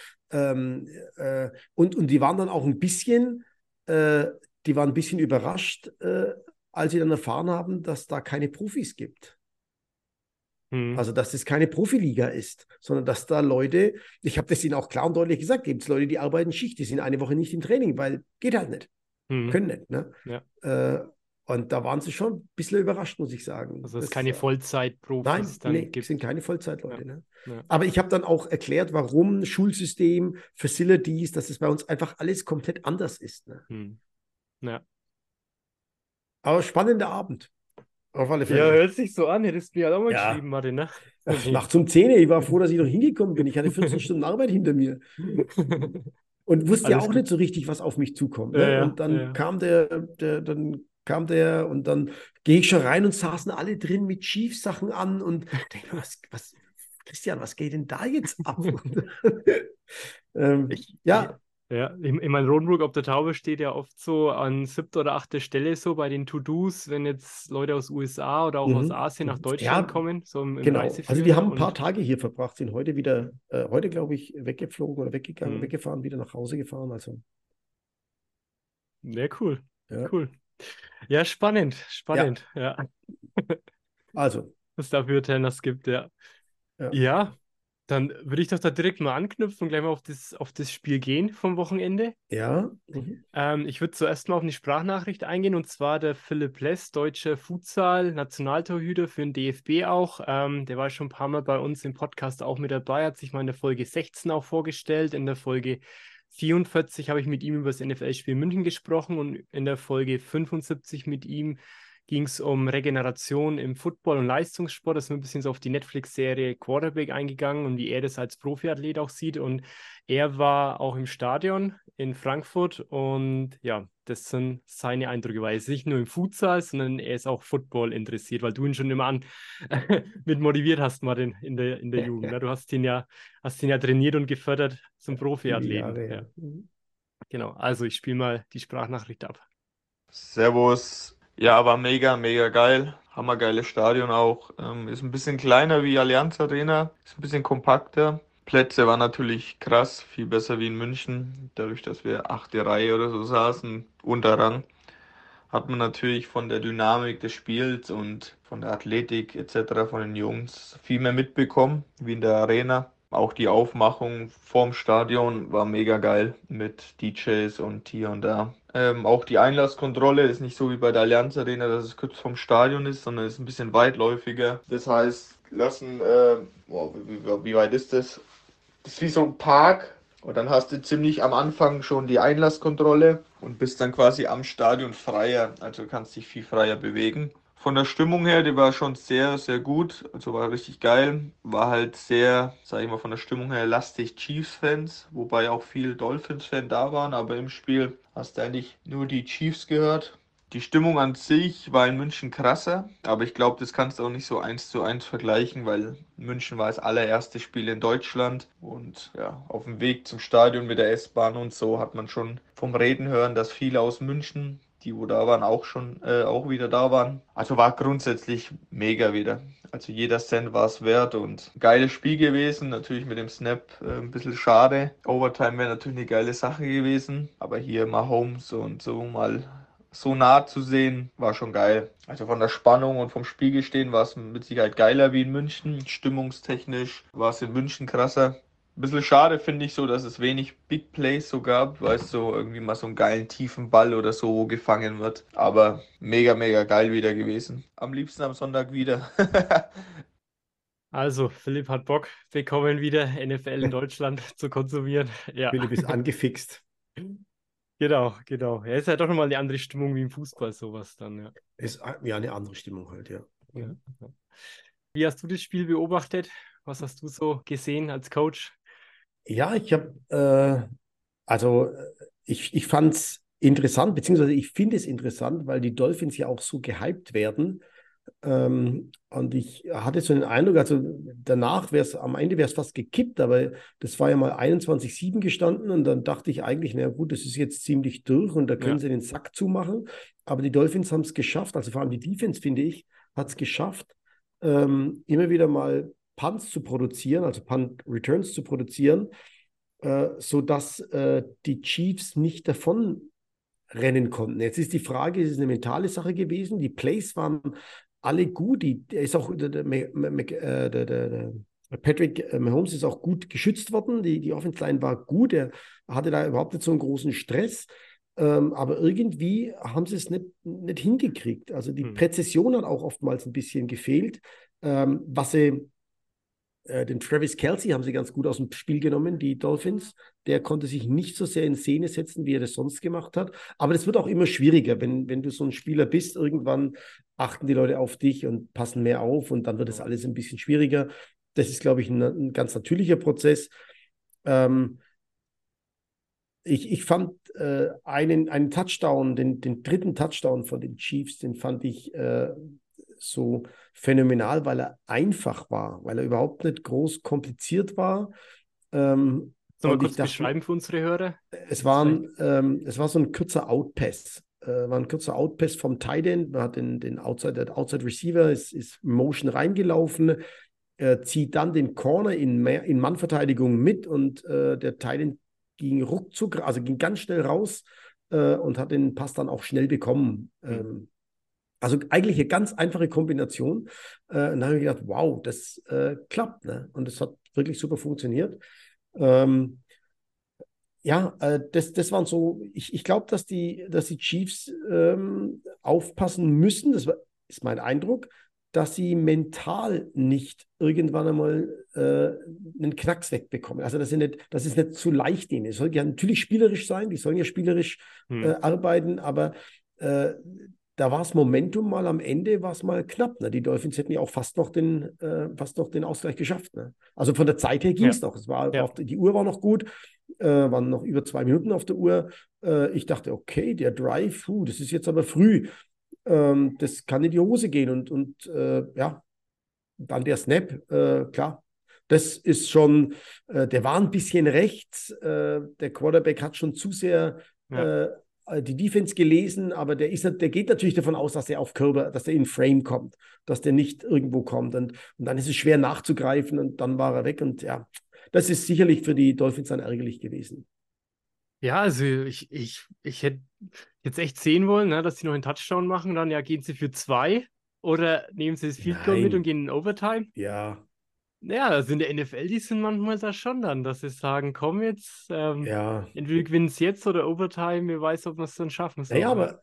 Und die waren dann auch ein bisschen, äh, die waren ein bisschen überrascht, als sie dann erfahren haben, dass da keine Profis gibt. Hm. Also, dass es keine Profiliga ist, sondern dass da Leute, ich habe das ihnen auch klar und deutlich gesagt, gibt es Leute, die arbeiten Schicht, die sind eine Woche nicht im Training, weil geht halt nicht, Hm. können nicht. Ne? Ja. Äh, und da waren sie schon ein bisschen überrascht, muss ich sagen. Also es keine Vollzeit-Profis Nein, dann nee, sind gibt. keine Ja. Vollzeitleute. Ne? Ja. Aber ich habe dann auch erklärt, warum Schulsystem, Facilities, dass es bei uns einfach alles komplett anders ist. Ne? Hm. Ja. Aber spannender Abend, auf alle Ja, Fälle. hört sich so an. Hättest du mir halt auch mal geschrieben, Ja, Martin, ne? Nee. nachts um 10 Uhr, ich war froh, dass ich noch hingekommen bin. Ich hatte 14 Stunden Arbeit hinter mir. Und wusste ja Alles auch gut. nicht so richtig, was auf mich zukommt. Ja, Ne? ja, Und dann ja. kam der und dann gehe ich schon rein und saßen alle drin mit Chiefs-Sachen an und denke mir, Christian, was geht denn da jetzt ab? Und, Ich, ja, ja, ich mein Rodenburg auf der Taube steht ja oft so an siebter oder achter Stelle so bei den To-Dos, wenn jetzt Leute aus USA oder auch aus mhm, Asien nach mhm. Deutschland Ja, kommen, so im genau. Also die Reiseführer haben ein paar und Tage hier verbracht, sind heute wieder, heute glaube ich, weggeflogen oder weggegangen, hm, weggefahren, wieder nach Hause gefahren. Also, ja, cool, ja, cool. Ja, spannend, ja, spannend, ja, also, was da für Tennis gibt, ja. ja, Ja, dann würde ich doch da direkt mal anknüpfen und gleich mal auf das Spiel gehen vom Wochenende. ja, mhm, Ich würde zuerst mal auf eine Sprachnachricht eingehen und zwar der Philipp Less, deutscher Futsal-Nationaltorhüter für den DFB auch. Der war schon ein paar Mal bei uns im Podcast auch mit dabei, hat sich mal in der Folge 16 auch vorgestellt. In der Folge 44 habe ich mit ihm über das NFL-Spiel München gesprochen und in der Folge 75 mit ihm ging es um Regeneration im Football und Leistungssport. Da sind wir ein bisschen so auf die Netflix-Serie Quarterback eingegangen und wie er das als Profiathlet auch sieht. Und er war auch im Stadion in Frankfurt und ja, das sind seine Eindrücke, weil er ist nicht nur im Futsal, sondern er ist auch Football interessiert, weil du ihn schon immer an mit motiviert hast, Martin, in der Jugend. Ne? Du hast ihn ja trainiert und gefördert zum viele Profiathleten. Jahre, Ja, ja. Mhm. genau. Also ich spiele mal die Sprachnachricht ab. Servus. Ja, war mega, mega geil. Hammergeiles Stadion auch. Ist ein bisschen kleiner wie Allianz Arena, ist ein bisschen kompakter. Plätze war natürlich krass, viel besser wie in München. Dadurch, dass wir achte Reihe oder so saßen, Unterrang, hat man natürlich von der Dynamik des Spiels und von der Athletik etc. von den Jungs viel mehr mitbekommen wie in der Arena. Auch die Aufmachung vorm Stadion war mega geil mit DJs und hier und da. Auch die Einlasskontrolle ist nicht so wie bei der Allianz Arena, dass es kurz vorm Stadion ist, sondern ist ein bisschen weitläufiger. Das heißt, wie weit ist das? Das ist wie so ein Park und dann hast du ziemlich am Anfang schon die Einlasskontrolle und bist dann quasi am Stadion freier, also kannst dich viel freier bewegen. Von der Stimmung her, die war schon sehr, sehr gut, also war richtig geil. War halt sehr, sag ich mal, von der Stimmung her lastig Chiefs-Fans, wobei auch viel Dolphins-Fans da waren, aber im Spiel hast du eigentlich nur die Chiefs gehört. Die Stimmung an sich war in München krasser, aber ich glaube, das kannst du auch nicht so eins zu eins vergleichen, weil München war das allererste Spiel in Deutschland und ja, auf dem Weg zum Stadion mit der S-Bahn und so hat man schon vom Reden hören, dass viele aus München die wo da waren, auch schon auch wieder da waren. Also war grundsätzlich mega wieder. Also jeder Cent war es wert und geiles Spiel gewesen. Natürlich mit dem Snap ein bisschen schade. Overtime wäre natürlich eine geile Sache gewesen. Aber hier Mahomes und so mal so nah zu sehen, war schon geil. Also von der Spannung und vom Spielgestehen war es mit Sicherheit geiler wie in München. Stimmungstechnisch war es in München krasser. Ein bisschen schade finde ich so, dass es wenig Big Plays so gab, weil es so irgendwie mal so einen geilen tiefen Ball oder so gefangen wird. Aber mega, mega geil wieder gewesen. Am liebsten am Sonntag wieder. Also, Philipp hat Bock bekommen, wieder NFL in Deutschland zu konsumieren. Ja, Philipp ist angefixt. genau. Ja, ist ja doch nochmal eine andere Stimmung wie im Fußball, sowas dann, ja. Ist ja eine andere Stimmung halt, ja. Ja. Wie hast du das Spiel beobachtet? Was hast du so gesehen als Coach? Ja, ich fand es interessant, beziehungsweise ich finde es interessant, weil die Dolphins ja auch so gehypt werden. Und ich hatte so den Eindruck, also danach am Ende wäre es fast gekippt, aber das war ja mal 21-7 gestanden und dann dachte ich eigentlich, na gut, das ist jetzt ziemlich durch und da können Ja. sie den Sack zumachen. Aber die Dolphins haben es geschafft, also vor allem die Defense, finde ich, hat es geschafft, immer wieder mal Punts zu produzieren, also Punt-Returns zu produzieren, sodass die Chiefs nicht davon rennen konnten. Jetzt ist die Frage, es ist eine mentale Sache gewesen. Die Plays waren alle gut. Der ist auch der Patrick Mahomes ist auch gut geschützt worden. Die Offense Line war gut. Er hatte da überhaupt nicht so einen großen Stress. Aber irgendwie haben sie es nicht hingekriegt. Also die Präzision hat auch oftmals ein bisschen gefehlt. Den Travis Kelce haben sie ganz gut aus dem Spiel genommen, die Dolphins. Der konnte sich nicht so sehr in Szene setzen, wie er das sonst gemacht hat. Aber das wird auch immer schwieriger, wenn du so ein Spieler bist. Irgendwann achten die Leute auf dich und passen mehr auf und dann wird es alles ein bisschen schwieriger. Das ist, glaube ich, ein ganz natürlicher Prozess. Ich fand einen Touchdown, den dritten Touchdown von den Chiefs, den fand ich so phänomenal, weil er einfach war, weil er überhaupt nicht groß kompliziert war. Soll mal Und ich kurz dachte, beschreiben für unsere Hörer? es war so ein kürzer Outpass. War ein kurzer Outpass vom Tight End. Man hat der Outside Receiver ist Motion reingelaufen, zieht dann den Corner in Mannverteidigung mit und der Tight End ging ruckzuck, also ging ganz schnell raus und hat den Pass dann auch schnell bekommen. Also eigentlich eine ganz einfache Kombination. Und dann habe ich gedacht, wow, das klappt. Ne? Und es hat wirklich super funktioniert. Das waren so, ich glaube, dass die Chiefs aufpassen müssen, ist mein Eindruck, dass sie mental nicht irgendwann einmal einen Knacks wegbekommen. Also dass es nicht zu leicht ihnen ist. Es soll ja natürlich spielerisch sein, die sollen ja spielerisch arbeiten, aber da war das Momentum mal am Ende, war es mal knapp. Ne? Die Dolphins hätten ja auch fast noch den Ausgleich geschafft. Ne? Also von der Zeit her ging es noch. Die Uhr war noch gut, waren noch über 2 Minuten auf der Uhr. Ich dachte, okay, der Drive, das ist jetzt aber früh. Das kann in die Hose gehen. Und dann der Snap, klar. Das ist schon, der war ein bisschen rechts. Der Quarterback hat schon zu sehr die Defense gelesen, aber der geht natürlich davon aus, dass er dass er in Frame kommt, dass der nicht irgendwo kommt. Und dann ist es schwer nachzugreifen und dann war er weg. Und ja, das ist sicherlich für die Dolphins dann ärgerlich gewesen. Ja, also ich hätte jetzt echt sehen wollen, ne, dass sie noch einen Touchdown machen, dann ja gehen sie für 2 oder nehmen sie das Field Goal mit und gehen in Overtime. Ja. Ja, also in der NFL, die sind manchmal da schon dann, dass sie sagen, komm jetzt, entweder wir gewinnen es jetzt oder Overtime, wer weiß, ob wir es dann schaffen. So, naja, aber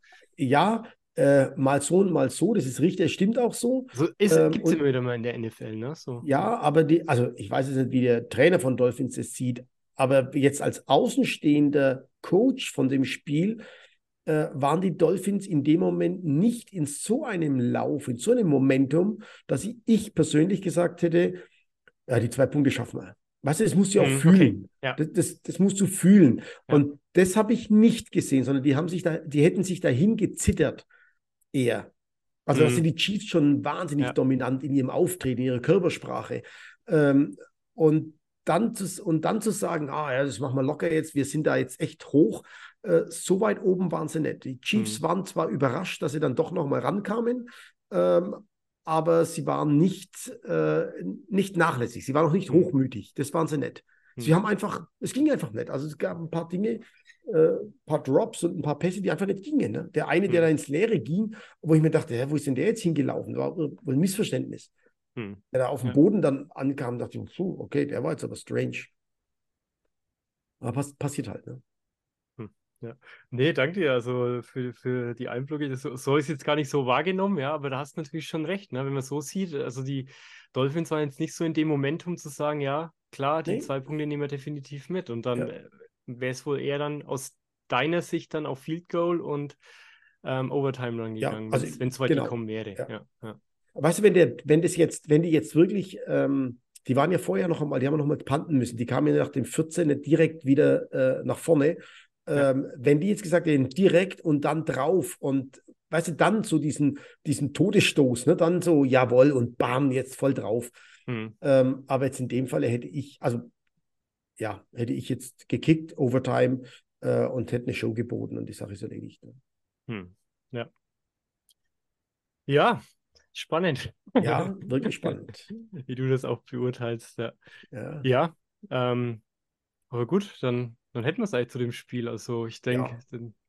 mal so und mal so, das ist richtig, das stimmt auch so. So gibt es immer wieder mal in der NFL, ne? So. Ja, aber also ich weiß jetzt nicht, wie der Trainer von Dolphins es sieht, aber jetzt als außenstehender Coach von dem Spiel waren die Dolphins in dem Moment nicht in so einem Lauf, in so einem Momentum, dass ich persönlich gesagt hätte, ja, die 2 Punkte schaffen wir. Weißt du, das musst du ja auch fühlen. Okay. Ja. Das musst du fühlen. Ja. Und das habe ich nicht gesehen, sondern die hätten sich dahin gezittert eher. Also da sind die Chiefs schon wahnsinnig dominant in ihrem Auftreten, in ihrer Körpersprache. Und dann zu sagen, ja, das machen wir locker jetzt, wir sind da jetzt echt hoch, so weit oben waren sie nicht. Die Chiefs waren zwar überrascht, dass sie dann doch nochmal rankamen, aber sie waren nicht nachlässig, sie waren auch nicht hochmütig, das waren sie nicht. Sie haben einfach, es ging einfach nicht. Also es gab ein paar Dinge, ein paar Drops und ein paar Pässe, die einfach nicht gingen. Ne? Der eine, der da ins Leere ging, wo ich mir dachte, wo ist denn der jetzt hingelaufen? Das war wohl ein Missverständnis. Der da auf dem Boden dann ankam, dachte ich, okay, der war jetzt aber strange. Aber passiert halt, ne? Ja. Nee, danke dir also für die Einblicke. So habe ich es jetzt gar nicht so wahrgenommen, ja, aber da hast du natürlich schon recht, ne? Wenn man so sieht, also die Dolphins waren jetzt nicht so in dem Momentum zu sagen, ja, klar, die Nee. 2 Punkte nehmen wir definitiv mit. Und dann Ja. wäre es wohl eher dann aus deiner Sicht dann auf Field Goal und Overtime rangegangen, also wenn es so weit genau. gekommen wäre. Ja. Ja. Weißt du, wenn die jetzt wirklich, die waren ja vorher noch einmal, die haben noch mal punten müssen, die kamen ja nach dem 14 nicht direkt wieder nach vorne. Wenn die jetzt gesagt hätten, direkt und dann drauf und weißt du, dann so diesen Todesstoß, ne, dann so, jawohl, und bam, jetzt voll drauf. Aber jetzt in dem Fall hätte ich jetzt gekickt, Overtime und hätte eine Show geboten und die Sache ist erledigt. Ne? Ja. Ja, spannend. Ja, wirklich spannend. Wie du das auch beurteilst, ja. Ja. Ja, aber gut, dann hätten wir es eigentlich zu dem Spiel. Also ich denke,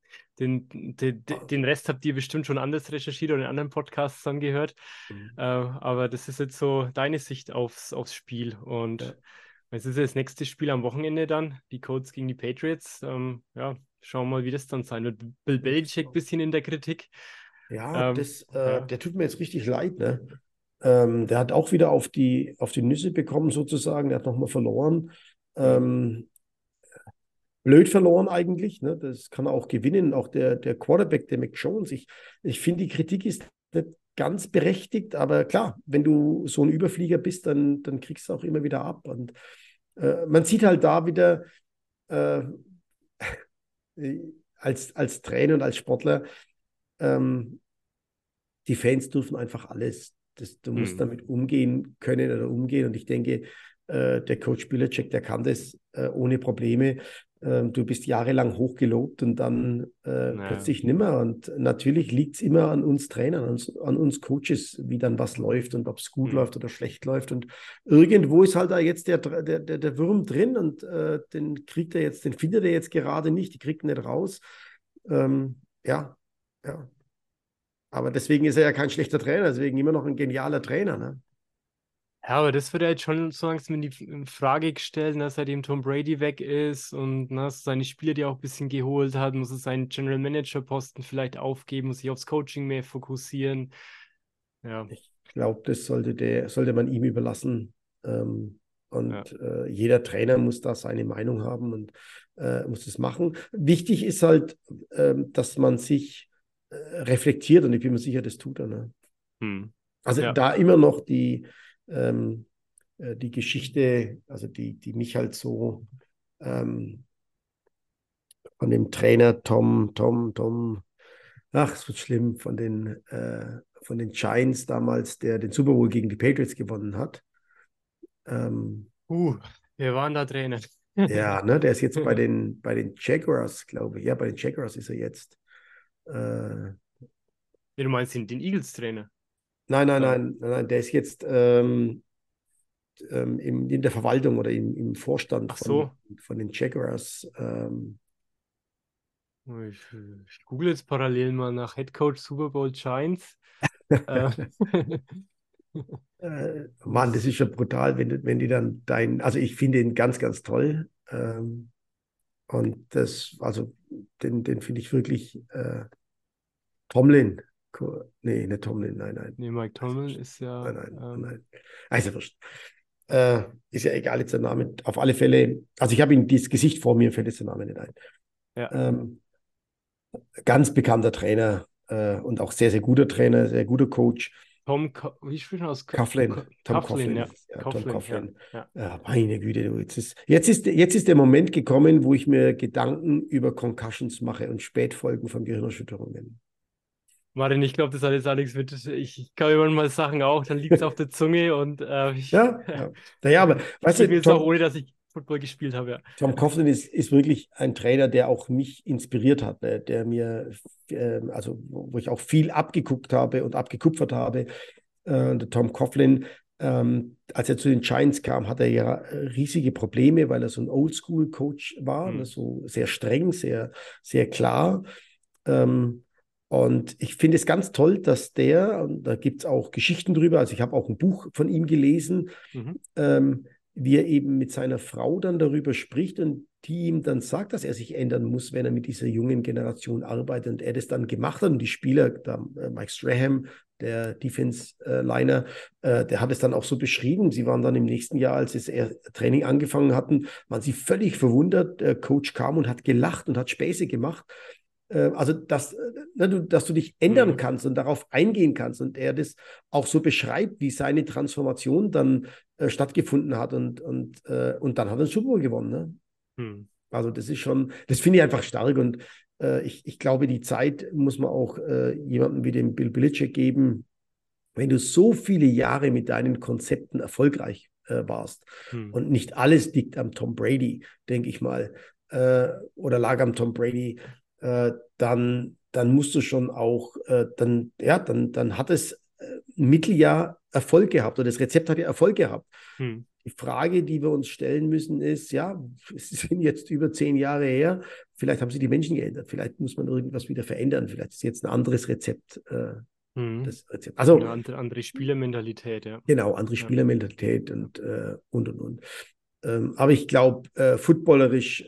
den Rest habt ihr bestimmt schon anders recherchiert oder in anderen Podcasts angehört. Aber das ist jetzt so deine Sicht aufs Spiel. Und es ist das nächste Spiel am Wochenende dann, die Colts gegen die Patriots. Schauen wir mal, wie das dann sein wird. Bill Belichick ein bisschen in der Kritik. Ja, der tut mir jetzt richtig leid, ne? Der hat auch wieder auf die Nüsse bekommen, sozusagen. Der hat nochmal verloren. Blöd verloren eigentlich, ne? Das kann er auch gewinnen. Auch der Quarterback, der Mac Jones. Ich finde, die Kritik ist nicht ganz berechtigt, aber klar, wenn du so ein Überflieger bist, dann kriegst du auch immer wieder ab. Und man sieht halt da wieder als Trainer und als Sportler, die Fans dürfen einfach alles. Du musst damit umgehen können oder umgehen. Und ich denke, der Coach Belichick, der kann das ohne Probleme. Du bist jahrelang hochgelobt und dann plötzlich nimmer. Und natürlich liegt es immer an uns Trainern, an uns Coaches, wie dann was läuft und ob es gut läuft oder schlecht läuft. Und irgendwo ist halt da jetzt der Wurm drin und den findet er jetzt gerade nicht, die kriegt ihn nicht raus. Ja. Aber deswegen ist er ja kein schlechter Trainer, deswegen immer noch ein genialer Trainer. Ne? Ja, aber das wird ja jetzt schon so langsam in die Frage gestellt, ne, seitdem Tom Brady weg ist und ne, seine Spieler, die er auch ein bisschen geholt hat, muss er seinen General Manager Posten vielleicht aufgeben, muss sich aufs Coaching mehr fokussieren. Ja. Ich glaube, das sollte man ihm überlassen. Jeder Trainer muss da seine Meinung haben und muss es machen. Wichtig ist halt, dass man sich reflektiert und ich bin mir sicher, das tut er. Ne? Also da immer noch die Geschichte, also die mich halt so von dem Trainer Tom, ach, es wird schlimm, von den Giants damals, der den Super Bowl gegen die Patriots gewonnen hat. Wir waren da Trainer. Ja, ne, der ist jetzt bei den Jaguars, glaube ich. Ja, bei den Jaguars ist er jetzt. Du meinst den Eagles-Trainer? Nein, der ist jetzt in der Verwaltung oder im Vorstand von den Jaguars. Ich google jetzt parallel mal nach Head Coach Super Bowl Giants. Mann, das ist schon brutal, wenn die dann also ich finde ihn ganz, ganz toll. Und den finde ich wirklich Tomlin. Nee, nicht Tomlin, nein. Nee, Mike Tomlin ist ja. Nein. Also wurscht. Ist ja egal jetzt der Name. Auf alle Fälle, also ich habe ihn dieses Gesicht vor mir, fällt jetzt der Name nicht ein. Ja. Ganz bekannter Trainer und auch sehr, sehr guter Trainer, sehr guter Coach. Wie spricht man aus? Coughlin. Tom Coughlin, ja. Tom Coughlin. Ja. Meine Güte, du, jetzt ist der Moment gekommen, wo ich mir Gedanken über Concussions mache und Spätfolgen von Gehirnerschütterungen. Martin, ich glaube, das hat jetzt Alex mit. Ich kann immer mal Sachen auch, dann liegt es auf der Zunge und Ja. Naja, aber weißt du, auch, ohne dass ich Football gespielt habe, ja. Tom Coughlin ist wirklich ein Trainer, der auch mich inspiriert hat, ne? Der mir, also wo ich auch viel abgeguckt habe und abgekupfert habe. Der Tom Coughlin, als er zu den Giants kam, hatte er ja riesige Probleme, weil er so ein Oldschool-Coach war, ne? So sehr streng, sehr, sehr klar. Und ich finde es ganz toll, dass und da gibt es auch Geschichten drüber, also ich habe auch ein Buch von ihm gelesen, wie er eben mit seiner Frau dann darüber spricht und die ihm dann sagt, dass er sich ändern muss, wenn er mit dieser jungen Generation arbeitet und er das dann gemacht hat und die Spieler, Mike Strahan, der Defense-Liner, der hat es dann auch so beschrieben. Sie waren dann im nächsten Jahr, als es Training angefangen hatten, waren sie völlig verwundert. Der Coach kam und hat gelacht und hat Späße gemacht. Also, dass du dich ändern kannst und darauf eingehen kannst und er das auch so beschreibt, wie seine Transformation dann stattgefunden hat und dann hat er den Super Bowl gewonnen. Ne? Also, das ist schon, das finde ich einfach stark und ich glaube, die Zeit muss man auch jemandem wie dem Bill Belichick geben, wenn du so viele Jahre mit deinen Konzepten erfolgreich warst und nicht alles liegt am Tom Brady, denke ich mal, oder lag am Tom Brady, dann musst du schon auch, dann hat es ein Mitteljahr Erfolg gehabt oder das Rezept hat ja Erfolg gehabt. Die Frage, die wir uns stellen müssen, ist, ja, es sind jetzt über 10 Jahre her, vielleicht haben sich die Menschen geändert, vielleicht muss man irgendwas wieder verändern, vielleicht ist jetzt ein anderes Rezept. Das Rezept. Also, eine andere Spielermentalität, ja. Genau, andere Spielermentalität und. Aber ich glaube, footballerisch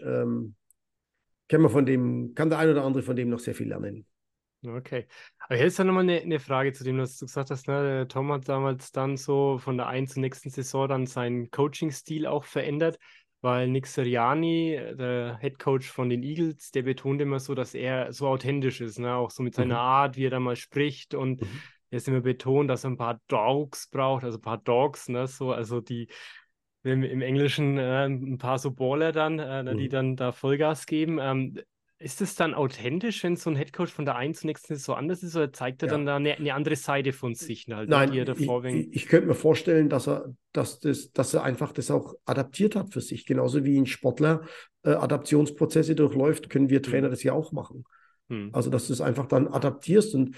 kann der ein oder andere von dem noch sehr viel lernen. Okay. Aber jetzt dann nochmal eine Frage zu dem, was du gesagt hast. Ne? Der Tom hat damals dann so von der einen zur nächsten Saison dann seinen Coaching-Stil auch verändert, weil Nick Sirianni, der Head Coach von den Eagles, der betont immer so, dass er so authentisch ist, ne? Auch so mit seiner Art, wie er da mal spricht und er ist immer betont, dass er ein paar Dogs braucht, also ein paar Dogs, ne? So, also die im Englischen ein paar so Baller dann, die dann da Vollgas geben. Ist es dann authentisch, wenn so ein Headcoach von der einen zur nächsten so anders ist, oder zeigt er dann da eine andere Seite von sich, halt, ne, die er Nein, davor ich könnte mir vorstellen, dass er einfach das auch adaptiert hat für sich. Genauso wie ein Sportler Adaptionsprozesse durchläuft, können wir Trainer das ja auch machen. Also, dass du es einfach dann adaptierst und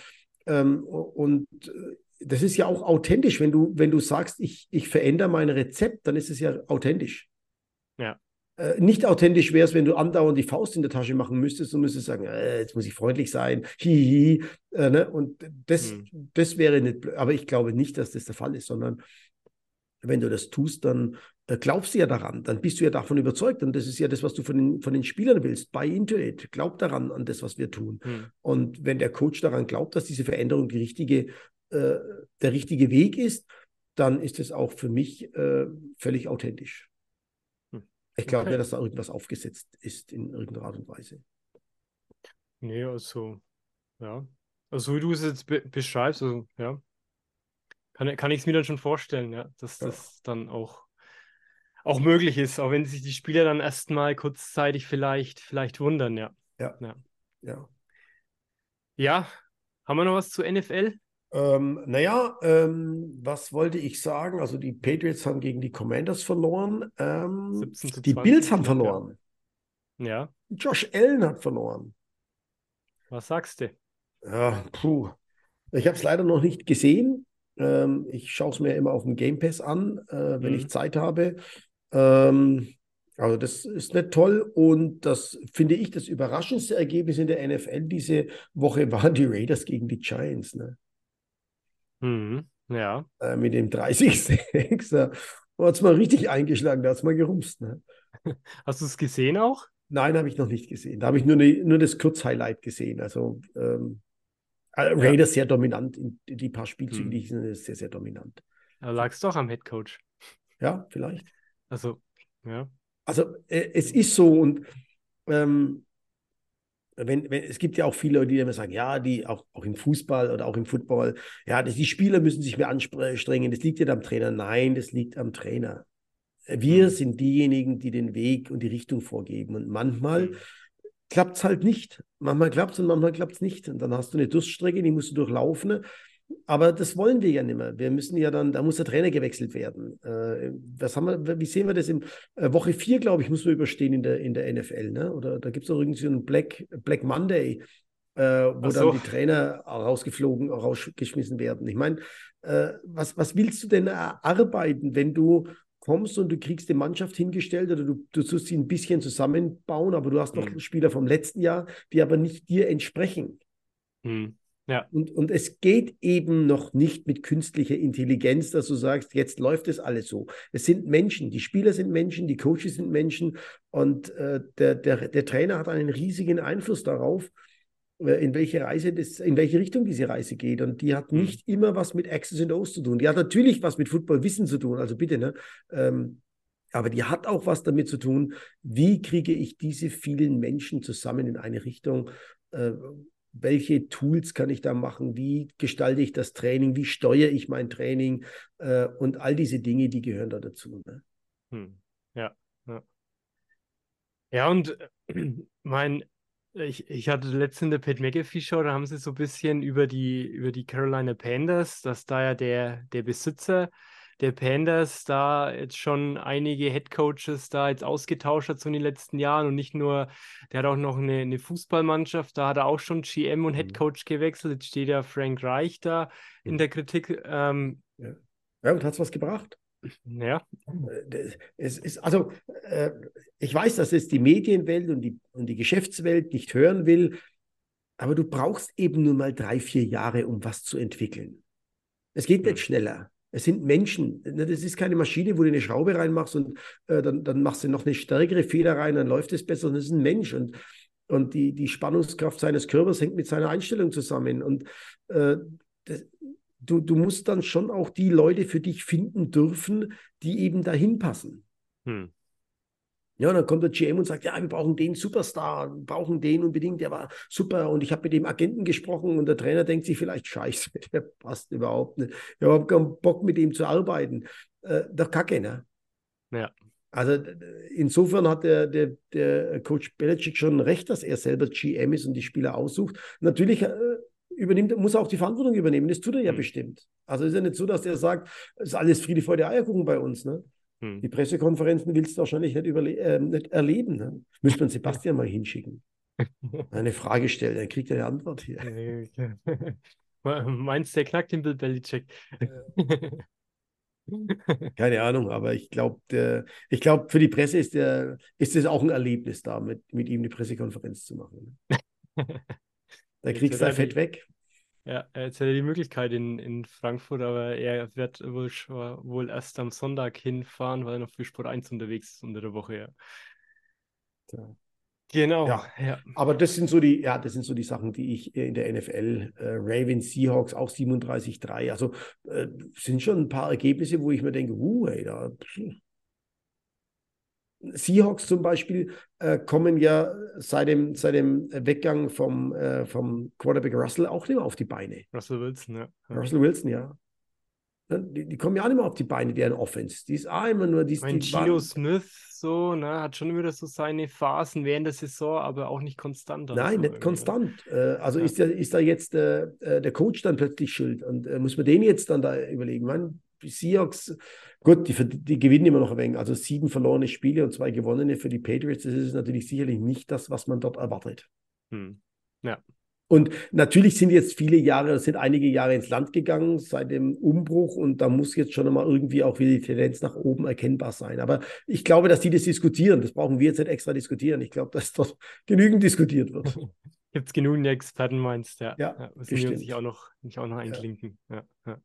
das ist ja auch authentisch. Wenn du sagst, ich verändere mein Rezept, dann ist es ja authentisch. Ja. Nicht authentisch wäre es, wenn du andauernd die Faust in der Tasche machen müsstest und müsstest sagen, jetzt muss ich freundlich sein, hihi. Ne? Und das wäre nicht blöd. Aber ich glaube nicht, dass das der Fall ist, sondern wenn du das tust, dann glaubst du ja daran, dann bist du ja davon überzeugt. Und das ist ja das, was du von den Spielern willst. Buy into it. Glaub daran, an das, was wir tun. Und wenn der Coach daran glaubt, dass diese Veränderung der richtige Weg ist, dann ist es auch für mich völlig authentisch. Ich glaube ja, dass da irgendwas aufgesetzt ist in irgendeiner Art und Weise. Nee, also, ja. Also, wie du es jetzt beschreibst, also, ja, kann ich es mir dann schon vorstellen, ja, dass das dann auch möglich ist, auch wenn sich die Spieler dann erstmal kurzzeitig vielleicht wundern, ja. Ja. Ja, haben wir noch was zu NFL? Was wollte ich sagen? Also die Patriots haben gegen die Commanders verloren. 17:20, Die Bills haben glaub, verloren. Ja. Josh Allen hat verloren. Was sagst du? Ja, puh. Ich habe es leider noch nicht gesehen. Ich schaue es mir immer auf dem Game Pass an, wenn ich Zeit habe. Also das ist nicht toll. Und das finde ich das überraschendste Ergebnis in der NFL diese Woche waren die Raiders gegen die Giants. Ne? Ja. Mit dem 30:6. Da hat es mal richtig eingeschlagen, da hat es mal gerumst. Ne? Hast du es gesehen auch? Nein, habe ich noch nicht gesehen. Da habe ich nur das Kurzhighlight gesehen. Also Raiders sehr dominant. Die paar Spielzüge, die ich sind, sehr, sehr dominant. Da lag es doch am Headcoach. Ja, vielleicht. Also, ja. Also es ist so und es gibt ja auch viele Leute, die immer sagen, ja, die auch im Fußball oder auch im Football, ja, die Spieler müssen sich mehr anstrengen, das liegt ja am Trainer. Nein, das liegt am Trainer. Wir sind diejenigen, die den Weg und die Richtung vorgeben. Und manchmal klappt es halt nicht. Manchmal klappt es und manchmal klappt es nicht. Und dann hast du eine Durststrecke, die musst du durchlaufen. Aber das wollen wir ja nicht mehr. Wir müssen ja dann, da muss der Trainer gewechselt werden. Wie sehen wir das in Woche 4, glaube ich, muss man überstehen in der NFL, ne? Oder da gibt es auch irgendwie so einen Black Monday, Ach wo dann so. die Trainer rausgeschmissen werden. Ich meine, was willst du denn erarbeiten, wenn du kommst und du kriegst die Mannschaft hingestellt oder du tust sie ein bisschen zusammenbauen, aber du hast noch Hm. Spieler vom letzten Jahr, die aber nicht dir entsprechen. Hm. Ja. Und es geht eben noch nicht mit künstlicher Intelligenz, dass du sagst, jetzt läuft es alles so. Es sind Menschen, die Spieler sind Menschen, die Coaches sind Menschen und der Trainer hat einen riesigen Einfluss darauf, in welche Richtung diese Reise geht. Und die hat Hm. nicht immer was mit X's und O's zu tun. Die hat natürlich was mit Footballwissen zu tun, also bitte, ne? Aber die hat auch was damit zu tun, wie kriege ich diese vielen Menschen zusammen in eine Richtung, welche Tools kann ich da machen, wie gestalte ich das Training, wie steuere ich mein Training und all diese Dinge, die gehören da dazu. Ne? Hm. Ja. Ja. Ja, und ich hatte letztens in der Pat McAfee Show, da haben sie so ein bisschen über die Carolina Panthers, dass da ja der Besitzer der Panthers da jetzt schon einige Head Coaches da jetzt ausgetauscht hat so in den letzten Jahren und nicht nur, der hat auch noch eine Fußballmannschaft, da hat er auch schon GM und Head Coach gewechselt. Jetzt steht ja Frank Reich da in der Kritik. Ja. Ja, und hat es was gebracht? Ja. Es ist, also, ich weiß, dass es die Medienwelt und die Geschäftswelt nicht hören will, aber du brauchst eben nur mal 3, 4 Jahre, um was zu entwickeln. Es geht nicht schneller. Es sind Menschen. Das ist keine Maschine, wo du eine Schraube reinmachst und dann machst du noch eine stärkere Feder rein, dann läuft es besser. Das ist ein Mensch. Und die Spannungskraft seines Körpers hängt mit seiner Einstellung zusammen. Und das, du musst dann schon auch die Leute für dich finden dürfen, die eben dahin passen. Hm. Ja, und dann kommt der GM und sagt, ja, wir brauchen den Superstar, wir brauchen den unbedingt, der war super. Und ich habe mit dem Agenten gesprochen und der Trainer denkt sich vielleicht, scheiße, der passt überhaupt nicht. Ich habe überhaupt keinen Bock, mit ihm zu arbeiten. Doch Kacke, ne? Ja. Also insofern hat der Coach Belichick schon recht, dass er selber GM ist und die Spieler aussucht. Natürlich muss er auch die Verantwortung übernehmen. Das tut er ja bestimmt. Also ist ja nicht so, dass er sagt, es ist alles Friede, Freude, Eierkuchen bei uns, ne? Die Pressekonferenzen willst du wahrscheinlich nicht erleben. Ne? Müsste man Sebastian mal hinschicken. Eine Frage stellen, dann kriegt er eine Antwort hier. Meinst du, der knackt den Bill Belichick? Keine Ahnung, aber ich glaube, für die Presse ist es auch ein Erlebnis, da mit ihm die Pressekonferenz zu machen. Da Jetzt kriegst hat du er Fett weg. Ja, jetzt hat er die Möglichkeit in Frankfurt, aber er wird wohl erst am Sonntag hinfahren, weil er noch für Sport 1 unterwegs ist unter der Woche, ja. Ja. Genau, Ja, ja. aber das sind so die Sachen, die ich in der NFL, Ravens, Seahawks, auch 37-3, also sind schon ein paar Ergebnisse, wo ich mir denke, ey, Seahawks zum Beispiel kommen ja seit dem Weggang vom Quarterback Russell auch nicht mehr auf die Beine. Russell Wilson, ja. Russell Wilson, ja. Die kommen ja auch nicht mehr auf die Beine, deren Offense. Die ist auch immer nur, Ich meine, die Geno waren, Smith so, ne, hat schon wieder so seine Phasen während der Saison, aber auch nicht konstant dann nein, so nicht irgendwie, ne? konstant. Also Ja. ist da jetzt der Coach dann plötzlich schuld und muss man den jetzt dann da überlegen? Man, die Seahawks, gut, die gewinnen immer noch ein wenig. Also 7 verlorene Spiele und 2 gewonnene für die Patriots. Das ist natürlich sicherlich nicht das, was man dort erwartet. Ja. Und natürlich sind jetzt sind einige Jahre ins Land gegangen seit dem Umbruch und da muss jetzt schon einmal irgendwie auch wieder die Tendenz nach oben erkennbar sein. Aber ich glaube, dass die das diskutieren. Das brauchen wir jetzt nicht extra diskutieren. Ich glaube, dass dort genügend diskutiert wird. Gibt es genügend Experten, meinst du? Ja. Ja, Ja, müssen wir uns bestimmt. nicht auch noch Ja. einklinken. Ja. Ja.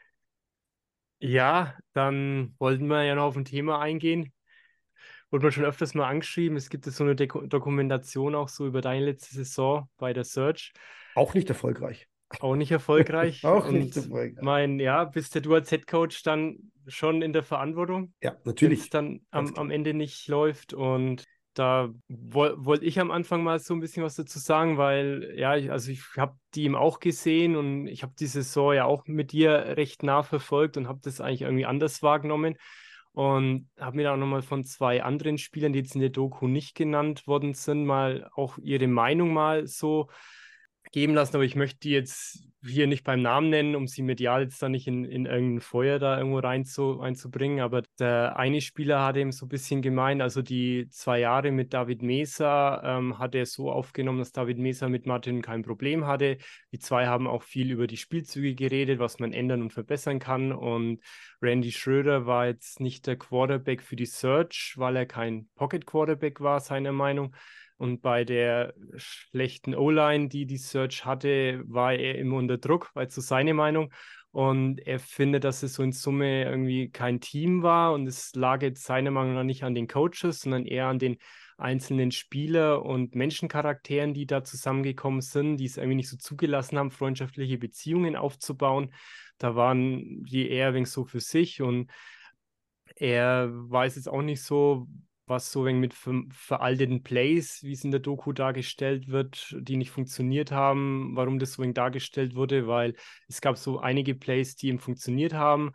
Ja, dann wollten wir ja noch auf ein Thema eingehen. Wurde man schon öfters mal angeschrieben. Es gibt jetzt so eine Dokumentation auch so über deine letzte Saison bei der Search. Auch nicht erfolgreich. Auch nicht erfolgreich. Auch nicht Und erfolgreich. ja, bist ja du als Headcoach dann schon in der Verantwortung, Ja, wenn es natürlich. dann Ganz am klar. Ende nicht läuft. Und da wollte ich am Anfang mal so ein bisschen was dazu sagen, weil ja, ich habe die eben auch gesehen und ich habe die Saison ja auch mit dir recht nah verfolgt und habe das eigentlich irgendwie anders wahrgenommen. Und habe mir da auch nochmal von 2 anderen Spielern, die jetzt in der Doku nicht genannt worden sind, mal auch ihre Meinung mal so geben lassen, aber ich möchte die jetzt hier nicht beim Namen nennen, um sie medial jetzt da nicht in irgendein Feuer da irgendwo reinzubringen. Aber der eine Spieler hat eben so ein bisschen gemeint, also die 2 Jahre mit David Mesa hat er so aufgenommen, dass David Mesa mit Martin kein Problem hatte. Die zwei haben auch viel über die Spielzüge geredet, was man ändern und verbessern kann. Und Randy Schröder war jetzt nicht der Quarterback für die Search, weil er kein Pocket Quarterback war, seiner Meinung. Und bei der schlechten O-Line, die Search hatte, war er immer unter Druck, weil so seine Meinung. Und er findet, dass es so in Summe irgendwie kein Team war. Und es lag jetzt seiner Meinung nach nicht an den Coaches, sondern eher an den einzelnen Spieler und Menschencharakteren, die da zusammengekommen sind, die es irgendwie nicht so zugelassen haben, freundschaftliche Beziehungen aufzubauen. Da waren die eher ein wenig so für sich und er weiß jetzt auch nicht so, was so wegen mit veralteten Plays, wie es in der Doku dargestellt wird, die nicht funktioniert haben, warum das so wegen dargestellt wurde, weil es gab so einige Plays, die ihm funktioniert haben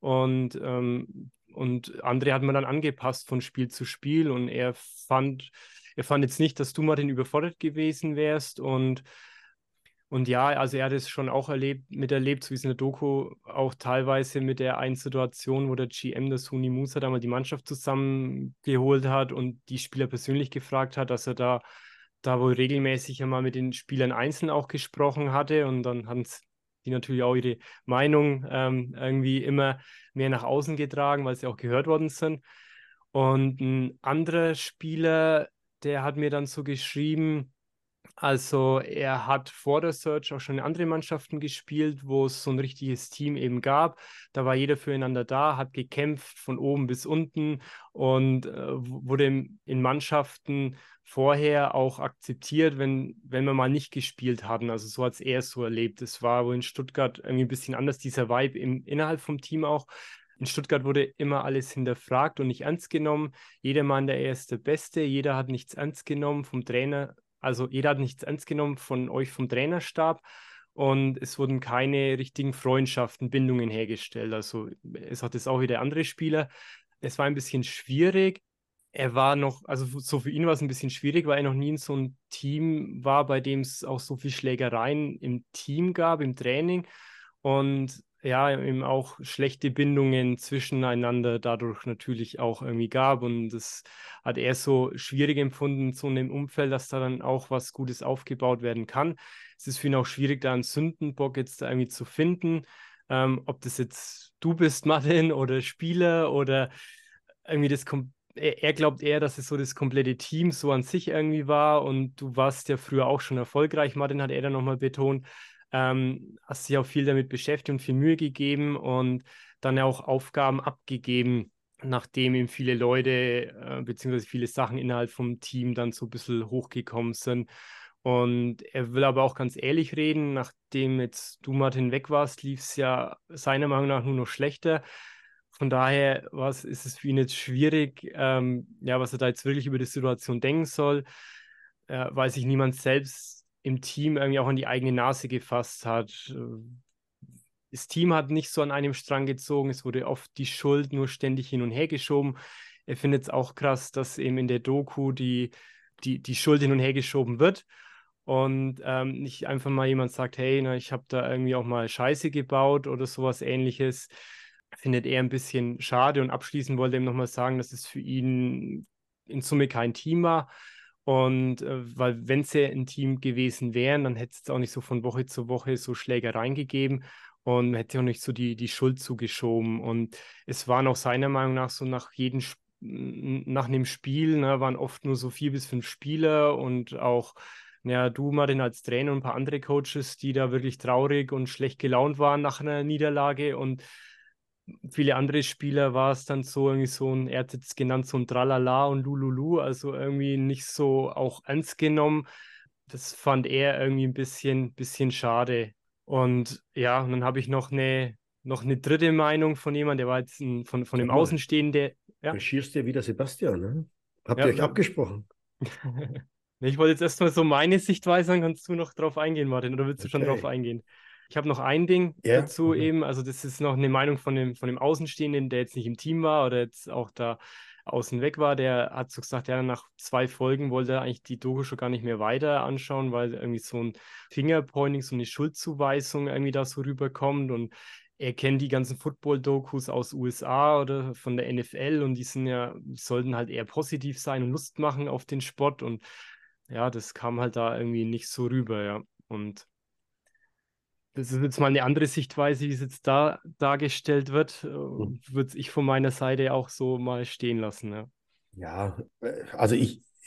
und andere hat man dann angepasst von Spiel zu Spiel und er fand jetzt nicht, dass du Martin überfordert gewesen wärst und ja, also er hat es schon auch miterlebt, so wie es in der Doku auch teilweise mit der einen Situation, wo der GM, das Huni Musa, da mal die Mannschaft zusammengeholt hat und die Spieler persönlich gefragt hat, dass er da wohl regelmäßig einmal mit den Spielern einzeln auch gesprochen hatte und dann haben die natürlich auch ihre Meinung irgendwie immer mehr nach außen getragen, weil sie auch gehört worden sind. Und ein anderer Spieler, der hat mir dann so geschrieben, also er hat vor der Search auch schon in andere Mannschaften gespielt, wo es so ein richtiges Team eben gab. Da war jeder füreinander da, hat gekämpft von oben bis unten und wurde in Mannschaften vorher auch akzeptiert, wenn wir mal nicht gespielt hatten. Also so hat es er so erlebt. Es war wohl in Stuttgart irgendwie ein bisschen anders, dieser Vibe innerhalb vom Team auch. In Stuttgart wurde immer alles hinterfragt und nicht ernst genommen. Jeder Mann, der er ist der Beste, jeder hat nichts ernst genommen vom Trainer. Also jeder hat nichts ernst genommen von euch vom Trainerstab und es wurden keine richtigen Freundschaften, Bindungen hergestellt. Also es hat es auch wieder andere Spieler. Es war ein bisschen schwierig. Er war noch, also so für ihn war es ein bisschen schwierig, weil er noch nie in so einem Team war, bei dem es auch so viel Schlägereien im Team gab, im Training. Und ja, eben auch schlechte Bindungen zwischeneinander dadurch natürlich auch irgendwie gab. Und das hat er so schwierig empfunden, so in dem Umfeld, dass da dann auch was Gutes aufgebaut werden kann. Es ist für ihn auch schwierig, da einen Sündenbock jetzt da irgendwie zu finden. Ob das jetzt du bist, Martin, oder Spieler oder irgendwie er glaubt eher, dass es so das komplette Team so an sich irgendwie war und du warst ja früher auch schon erfolgreich, Martin, hat er dann nochmal betont, hast dich auch viel damit beschäftigt und viel Mühe gegeben und dann ja auch Aufgaben abgegeben, nachdem ihm viele Leute beziehungsweise viele Sachen innerhalb vom Team dann so ein bisschen hochgekommen sind. Und er will aber auch ganz ehrlich reden, nachdem jetzt du, Martin, weg warst, lief es ja seiner Meinung nach nur noch schlechter. Von daher ist es für ihn jetzt schwierig, ja, was er da jetzt wirklich über die Situation denken soll, weil sich niemand selbst im Team irgendwie auch an die eigene Nase gefasst hat. Das Team hat nicht so an einem Strang gezogen, es wurde oft die Schuld nur ständig hin und her geschoben. Er findet es auch krass, dass eben in der Doku die Schuld hin und her geschoben wird und nicht einfach mal jemand sagt, hey, na, ich habe da irgendwie auch mal Scheiße gebaut oder sowas Ähnliches. Findet er ein bisschen schade und abschließend wollte er ihm nochmal sagen, dass es für ihn in Summe kein Team war. Und weil wenn es ja ein Team gewesen wären, dann hätte es auch nicht so von Woche zu Woche so Schlägereien gegeben und man hätte auch nicht so die Schuld zugeschoben. Und es waren auch seiner Meinung nach so nach einem Spiel, ne, waren oft nur so 4 bis 5 Spieler und auch ja, du, Martin, als Trainer und ein paar andere Coaches, die da wirklich traurig und schlecht gelaunt waren nach einer Niederlage und viele andere Spieler war es dann so irgendwie so ein, er hat jetzt genannt, so ein Tralala und Lululu, also irgendwie nicht so auch ernst genommen. Das fand er irgendwie ein bisschen schade. Und ja, und dann habe ich noch eine dritte Meinung von jemandem, der war jetzt von dem Sag mal, Außenstehenden, ja, schierst ja wieder Sebastian, ne? Habt ja. ihr euch abgesprochen? Ich wollte jetzt erstmal so meine Sichtweise sagen, kannst du noch drauf eingehen, Martin, oder willst du schon drauf Okay. eingehen? Ich habe noch ein Ding Ja. dazu eben, also das ist noch eine Meinung von dem Außenstehenden, der jetzt nicht im Team war oder jetzt auch da außen weg war, der hat so gesagt, ja, nach 2 Folgen wollte er eigentlich die Doku schon gar nicht mehr weiter anschauen, weil irgendwie so ein Fingerpointing, so eine Schuldzuweisung irgendwie da so rüberkommt und er kennt die ganzen Football-Dokus aus USA oder von der NFL und die sollten halt eher positiv sein und Lust machen auf den Sport und ja, das kam halt da irgendwie nicht so rüber, ja. Und das ist jetzt mal eine andere Sichtweise, wie es jetzt da dargestellt wird. Würde ich von meiner Seite auch so mal stehen lassen. Ja. Ja, also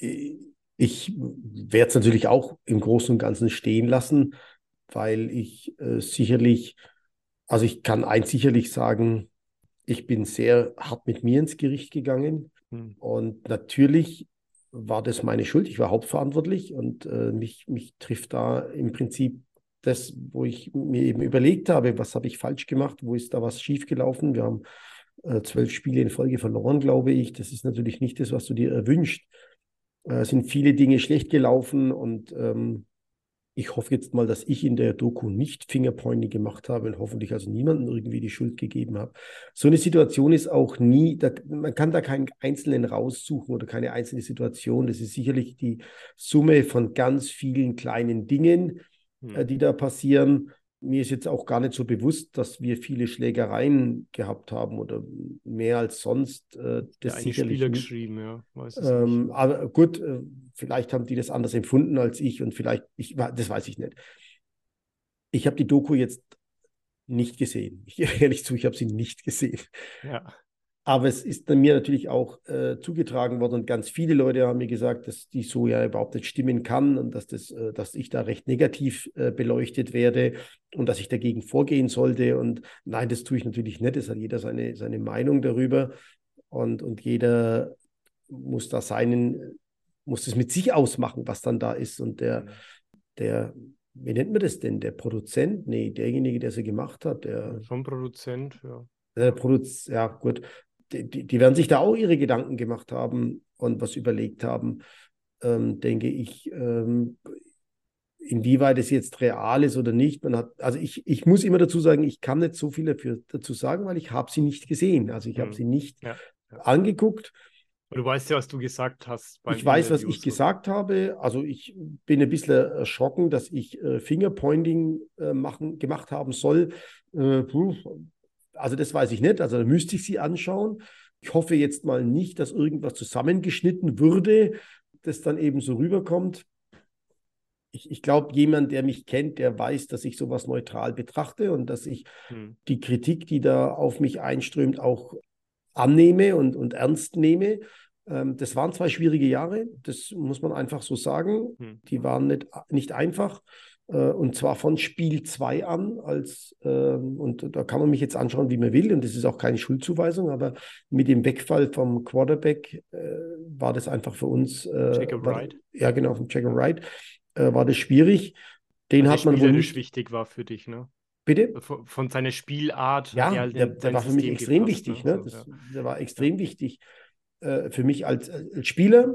ich werde es natürlich auch im Großen und Ganzen stehen lassen, weil ich sicherlich, also ich kann eins sicherlich sagen, ich bin sehr hart mit mir ins Gericht gegangen Hm. und natürlich war das meine Schuld. Ich war hauptverantwortlich und mich trifft da im Prinzip das, wo ich mir eben überlegt habe, was habe ich falsch gemacht, wo ist da was schiefgelaufen. Wir haben 12 Spiele in Folge verloren, glaube ich. Das ist natürlich nicht das, was du dir erwünscht. Es sind viele Dinge schlecht gelaufen und ich hoffe jetzt mal, dass ich in der Doku nicht Fingerpointing gemacht habe und hoffentlich also niemandem irgendwie die Schuld gegeben habe. So eine Situation ist auch nie, man kann da keinen Einzelnen raussuchen oder keine einzelne Situation. Das ist sicherlich die Summe von ganz vielen kleinen Dingen, die da passieren. Mir ist jetzt auch gar nicht so bewusst, dass wir viele Schlägereien gehabt haben oder mehr als sonst. Der Das eine sicherlich Spieler nicht. geschrieben, ja, weiß es nicht. Aber gut, vielleicht haben die das anders empfunden als ich und vielleicht, das weiß ich nicht. Ich habe die Doku jetzt nicht gesehen. Ich gebe ehrlich zu, ich habe sie nicht gesehen. Ja. Aber es ist dann mir natürlich auch zugetragen worden und ganz viele Leute haben mir gesagt, dass die so ja überhaupt nicht stimmen kann und dass ich da recht negativ beleuchtet werde und dass ich dagegen vorgehen sollte. Und nein, das tue ich natürlich nicht. Es hat jeder seine Meinung darüber und jeder muss muss es mit sich ausmachen, was dann da ist. Und wie nennt man das denn? Der Produzent? Nee, derjenige, der sie gemacht hat, Schon Produzent, ja. Ja, gut. Die werden sich da auch ihre Gedanken gemacht haben und was überlegt haben, denke ich, inwieweit es jetzt real ist oder nicht. Also ich muss immer dazu sagen, ich kann nicht so viel dazu sagen, weil ich habe sie nicht gesehen. Also ich habe sie nicht Ja. Ja. angeguckt. Aber du weißt ja, was du gesagt hast beim Ich weiß, was Interview. ich gesagt habe. Also ich bin ein bisschen erschrocken, dass ich Fingerpointing gemacht haben soll. Also das weiß ich nicht. Also da müsste ich sie anschauen. Ich hoffe jetzt mal nicht, dass irgendwas zusammengeschnitten würde, das dann eben so rüberkommt. Ich glaube, jemand, der mich kennt, der weiß, dass ich sowas neutral betrachte und dass ich die Kritik, die da auf mich einströmt, auch annehme und ernst nehme. Das waren 2 schwierige Jahre, das muss man einfach so sagen. Die waren nicht einfach. Und zwar von Spiel 2 an, und da kann man mich jetzt anschauen, wie man will, und das ist auch keine Schuldzuweisung, aber mit dem Wegfall vom Quarterback war das einfach für uns, Jacob Wright. Ja genau, vom Jacob Wright, war das schwierig. Den Der hat man wohl spielerisch nicht. wichtig war für dich, ne? Bitte? Von seiner Spielart hat er Ja, halt der, in der dein war für mich System extrem gepasst, wichtig. ne? Ne? So, ja. Der war extrem wichtig für mich als Spieler.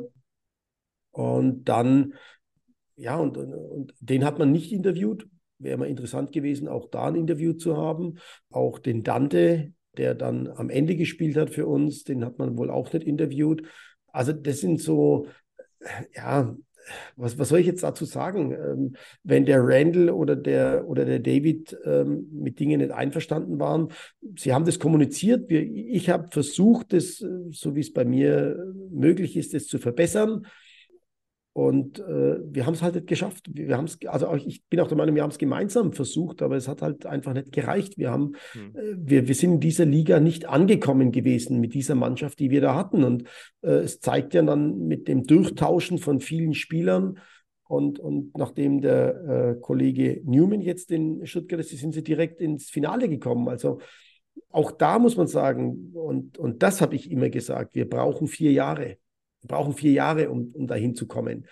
Und dann, ja, und den hat man nicht interviewt. Wäre mal interessant gewesen, auch da ein Interview zu haben. Auch den Dante, der dann am Ende gespielt hat für uns, den hat man wohl auch nicht interviewt. Also das sind so, ja, was soll ich jetzt dazu sagen? Wenn der Randall oder der David mit Dingen nicht einverstanden waren, sie haben das kommuniziert. Ich habe versucht, das, so wie es bei mir möglich ist, das zu verbessern. Und wir haben es halt nicht geschafft. Also ich bin auch der Meinung, wir haben es gemeinsam versucht, aber es hat halt einfach nicht gereicht. Wir sind in dieser Liga nicht angekommen gewesen mit dieser Mannschaft, die wir da hatten. Und es zeigt ja dann mit dem Durchtauschen von vielen Spielern und nachdem der Kollege Newman jetzt in Stuttgart ist, sind sie direkt ins Finale gekommen. Also auch da muss man sagen, und das habe ich immer gesagt, wir brauchen 4 Jahre. Wir brauchen 4 Jahre, um dahin zu kommen.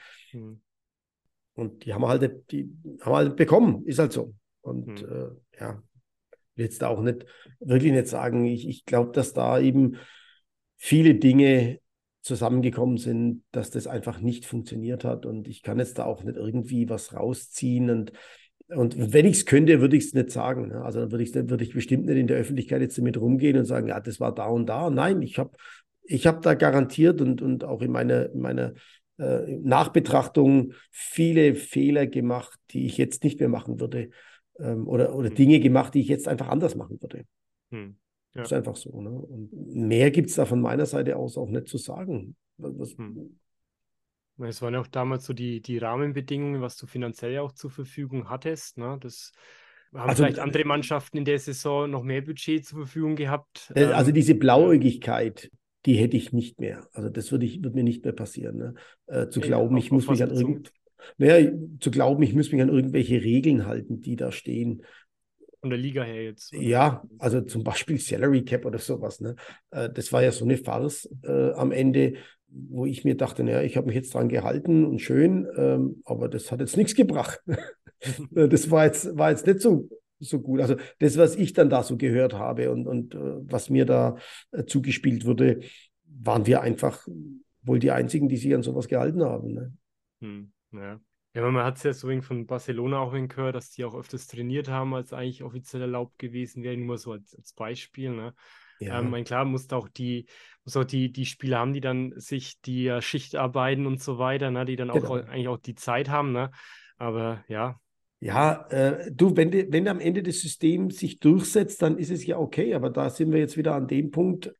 Und die haben halt bekommen, ist halt so. Und ja, will jetzt da auch wirklich nicht sagen, ich glaube, dass da eben viele Dinge zusammengekommen sind, dass das einfach nicht funktioniert hat. Und ich kann jetzt da auch nicht irgendwie was rausziehen. Und Und wenn ich es könnte, würde ich es nicht sagen. Ne? Also dann würde ich bestimmt nicht in der Öffentlichkeit jetzt damit rumgehen und sagen, ja, das war da und da. Nein, ich hab da garantiert und auch in meiner Nachbetrachtung viele Fehler gemacht, die ich jetzt nicht mehr machen würde. Oder Hm. Dinge gemacht, die ich jetzt einfach anders machen würde. Hm. Das ist Ja. einfach so. Ne? Und mehr gibt es da von meiner Seite aus auch nicht zu sagen. Hm. Es waren ja auch damals so die Rahmenbedingungen, was du finanziell ja auch zur Verfügung hattest. Ne? Das haben Also, vielleicht andere Mannschaften in der Saison noch mehr Budget zur Verfügung gehabt. also diese Ja, Blauäugigkeit, die hätte ich nicht mehr. Also das würde mir nicht mehr passieren. Ne? Zu glauben, ich auf muss mich was an bezogen? naja, zu glauben, ich muss mich an irgendwelche Regeln halten, die da stehen. Von der Liga her jetzt, oder wie? Ja, also zum Beispiel Salary Cap oder sowas. Ne? Das war ja so eine Farce am Ende, wo ich mir dachte, naja, ich habe mich jetzt dran gehalten und schön, aber das hat jetzt nichts gebracht. Das war jetzt nicht so gut. Also das, was ich dann da so gehört habe und was mir da zugespielt wurde, waren wir einfach wohl die Einzigen, die sich an sowas gehalten haben. Ne? Ja. Ja, aber man hat es ja so wegen von Barcelona auch gehört, dass die auch öfters trainiert haben, als eigentlich offiziell erlaubt gewesen wäre, nur so als Beispiel. Ne? Ja, Mein klar, muss auch die Spieler haben, die dann sich die Schicht arbeiten und so weiter, ne? Die dann auch genau. eigentlich auch die Zeit haben. Ne? Aber ja. Ja, du, wenn am Ende das System sich durchsetzt, dann ist es ja okay, aber da sind wir jetzt wieder an dem Punkt,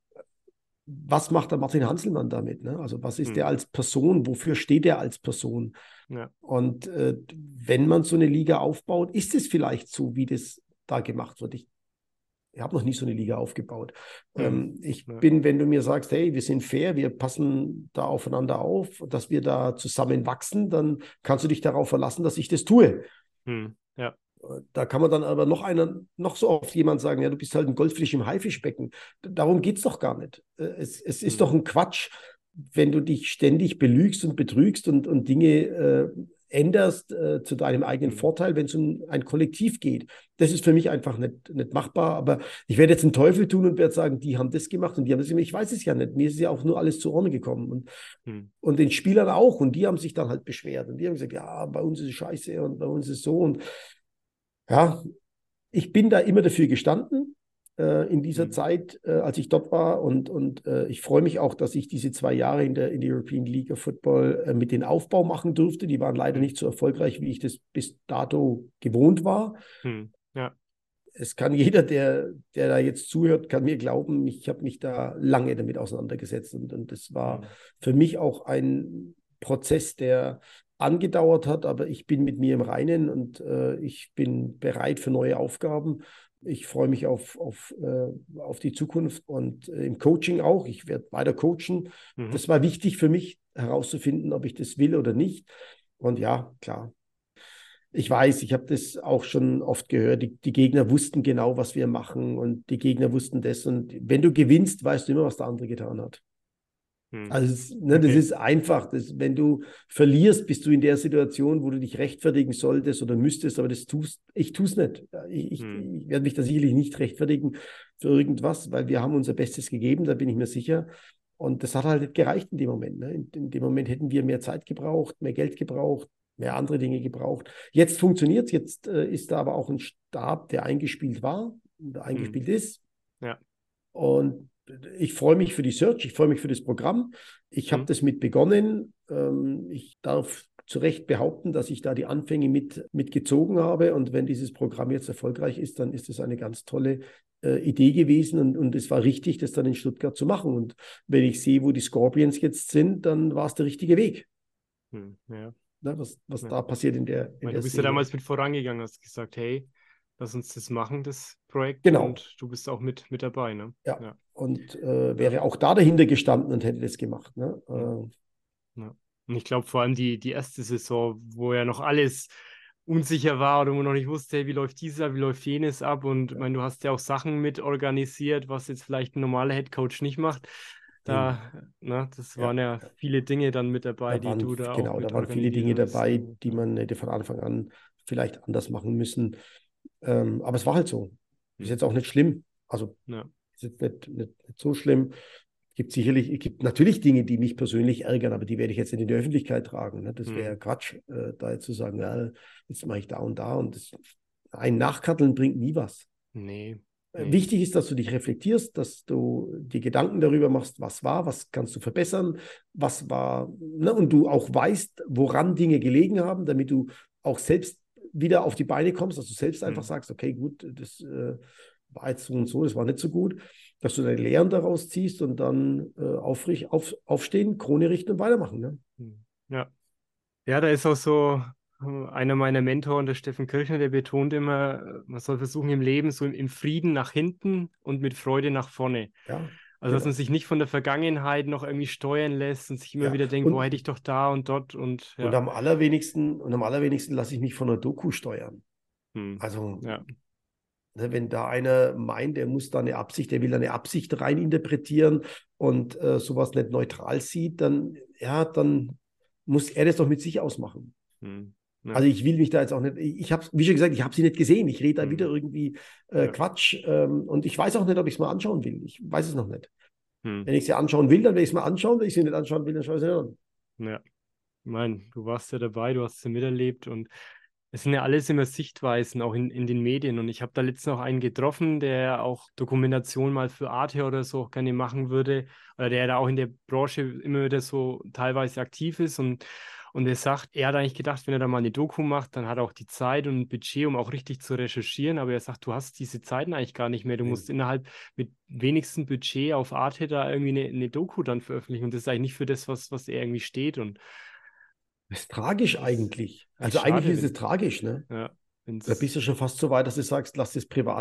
was macht der Martin Hanselmann damit? Ne? Also was ist Hm, der als Person? Wofür steht er als Person? ja. Und wenn man so eine Liga aufbaut, ist es vielleicht so, wie das da gemacht wird. Ich habe noch nie so eine Liga aufgebaut. Hm, Ich ja. bin, wenn du mir sagst, hey, wir sind fair, wir passen da aufeinander auf, dass wir da zusammen wachsen, dann kannst du dich darauf verlassen, dass ich das tue. Ja. Da kann man dann aber noch so oft jemand sagen, ja, du bist halt ein Goldfisch im Haifischbecken. Darum geht es doch gar nicht. Es ist Hm, doch ein Quatsch, wenn du dich ständig belügst und betrügst und Dinge änderst zu deinem eigenen hm, Vorteil, wenn es um ein Kollektiv geht. Das ist für mich einfach nicht machbar. Aber ich werde jetzt einen Teufel tun und werde sagen, die haben das gemacht und die haben das gemacht. Ich weiß es ja nicht. Mir ist ja auch nur alles zu Ohren gekommen. hm, Und den Spielern auch. Und die haben sich dann halt beschwert. Und die haben gesagt, ja, bei uns ist es scheiße und bei uns ist es so. Und ja, ich bin da immer dafür gestanden in dieser hm, Zeit, als ich dort war. Und ich freue mich auch, dass ich diese 2 Jahre in der European League of Football mit den Aufbau machen durfte. Die waren leider hm, nicht so erfolgreich, wie ich das bis dato gewohnt war. ja. Es kann jeder, der da jetzt zuhört, kann mir glauben, ich habe mich da lange damit auseinandergesetzt. Und das war Hm, für mich auch ein Prozess, der angedauert hat, aber ich bin mit mir im Reinen und ich bin bereit für neue Aufgaben. Ich freue mich auf die Zukunft und im Coaching auch. Ich werde weiter coachen. mhm, Das war wichtig für mich herauszufinden, ob ich das will oder nicht. Und ja, klar, ich weiß, ich habe das auch schon oft gehört. Die Gegner wussten genau, was wir machen und die Gegner wussten das. Und wenn du gewinnst, weißt du immer, was der andere getan hat. hm. Also das Okay. ist einfach. Wenn du verlierst, bist du in der Situation, wo du dich rechtfertigen solltest oder müsstest, aber ich tue es nicht. Hm, Ich werde mich da sicherlich nicht rechtfertigen für irgendwas, weil wir haben unser Bestes gegeben, da bin ich mir sicher. Und das hat halt nicht gereicht in dem Moment. Ne? In dem Moment hätten wir mehr Zeit gebraucht, mehr Geld gebraucht, mehr andere Dinge gebraucht. Jetzt funktioniert es, jetzt ist da aber auch ein Stab, der eingespielt war oder hm, eingespielt ist. ja. Und ich freue mich für die Search, ich freue mich für das Programm. Ich habe Hm, das mit begonnen. Ich darf zu Recht behaupten, dass ich da die Anfänge mitgezogen habe. Und wenn dieses Programm jetzt erfolgreich ist, dann ist es eine ganz tolle Idee gewesen. Und es war richtig, das dann in Stuttgart zu machen. Und wenn ich sehe, wo die Scorpions jetzt sind, dann war es der richtige Weg, ja. ne, was Ja. da passiert in Weil der du bist ja Szene. damals mit vorangegangen, hast gesagt, hey, lass uns das machen, das Projekt, Genau, und du bist auch mit dabei, ne? ja. Ja, Und ja. wäre auch da dahinter gestanden und hätte das gemacht. Ne? Hm, ja. Und ich glaube vor allem die erste Saison, wo ja noch alles unsicher war oder wo man noch nicht wusste, hey, wie läuft dieses ab, wie läuft jenes ab, und ich meine, du hast ja auch Sachen mit organisiert, was jetzt vielleicht ein normaler Headcoach nicht macht. eben. Da, ne, das Ja. waren ja viele Dinge dann mit dabei, Da die waren, du da auch genau, mit da waren viele organisiert Dinge hast. dabei, die Ja. man hätte von Anfang an vielleicht anders machen müssen. Aber es war halt so. Ist Hm. jetzt auch nicht schlimm. Also Ja. ist jetzt nicht so schlimm. Es gibt natürlich Dinge, die mich persönlich ärgern, aber die werde ich jetzt nicht in die Öffentlichkeit tragen. Ne? Das wäre Hm. Quatsch, da jetzt zu sagen, ja, jetzt mache ich da und da. Und ein Nachkarteln bringt nie was. Nee, nee. Wichtig ist, dass du dich reflektierst, dass du dir Gedanken darüber machst, was war, was kannst du verbessern, was war, ne? Und du auch weißt, woran Dinge gelegen haben, damit du auch selbst wieder auf die Beine kommst, dass du selbst einfach Hm. sagst, okay, gut, das war jetzt so und so, das war nicht so gut, dass du deine Lehren daraus ziehst und dann aufstehen, Krone richten und weitermachen. Ne? Hm. Ja. Ja, da ist auch so einer meiner Mentoren, der Steffen Kirchner, der betont immer, man soll versuchen im Leben so im Frieden nach hinten und mit Freude nach vorne. Ja, Also, dass man genau. sich nicht von der Vergangenheit noch irgendwie steuern lässt und sich immer Ja. wieder denkt, boah, hätte ich doch da und dort und Und ja. am allerwenigsten lasse ich mich von einer Doku steuern. Hm. Also Ja. ne, wenn da einer meint, der muss da eine Absicht, der will eine Absicht rein interpretieren und sowas nicht neutral sieht, dann, ja, dann muss er das doch mit sich ausmachen. Hm. Ja. Also ich will mich da jetzt auch nicht, ich habe, wie schon gesagt, ich habe sie nicht gesehen. Ich rede da wieder Hm. irgendwie Ja. Quatsch und ich weiß auch nicht, ob ich es mal anschauen will. Ich weiß es noch nicht. Hm. Wenn ich sie anschauen will, dann will ich es mal anschauen. Wenn ich sie nicht anschauen will, dann schaue ich sie nicht an. Ja. Ich meine, du warst ja dabei, du hast es ja miterlebt und es sind ja alles immer Sichtweisen, auch in den Medien. Und ich habe da letztens noch einen getroffen, der auch Dokumentation mal für Arte oder so auch gerne machen würde, oder der da auch in der Branche immer wieder so teilweise aktiv ist. Und er sagt, er hat eigentlich gedacht, wenn er da mal eine Doku macht, dann hat er auch die Zeit und ein Budget, um auch richtig zu recherchieren. Aber er sagt, du hast diese Zeiten eigentlich gar nicht mehr. Du musst innerhalb mit wenigstem Budget auf Arte da irgendwie eine Doku dann veröffentlichen. Und das ist eigentlich nicht für das, was er irgendwie steht. Und Das ist tragisch das ist eigentlich. eigentlich Also eigentlich schade, ist es wenn, tragisch, ne? ja, Da wenn's, bist du schon fast so weit, dass du sagst, lass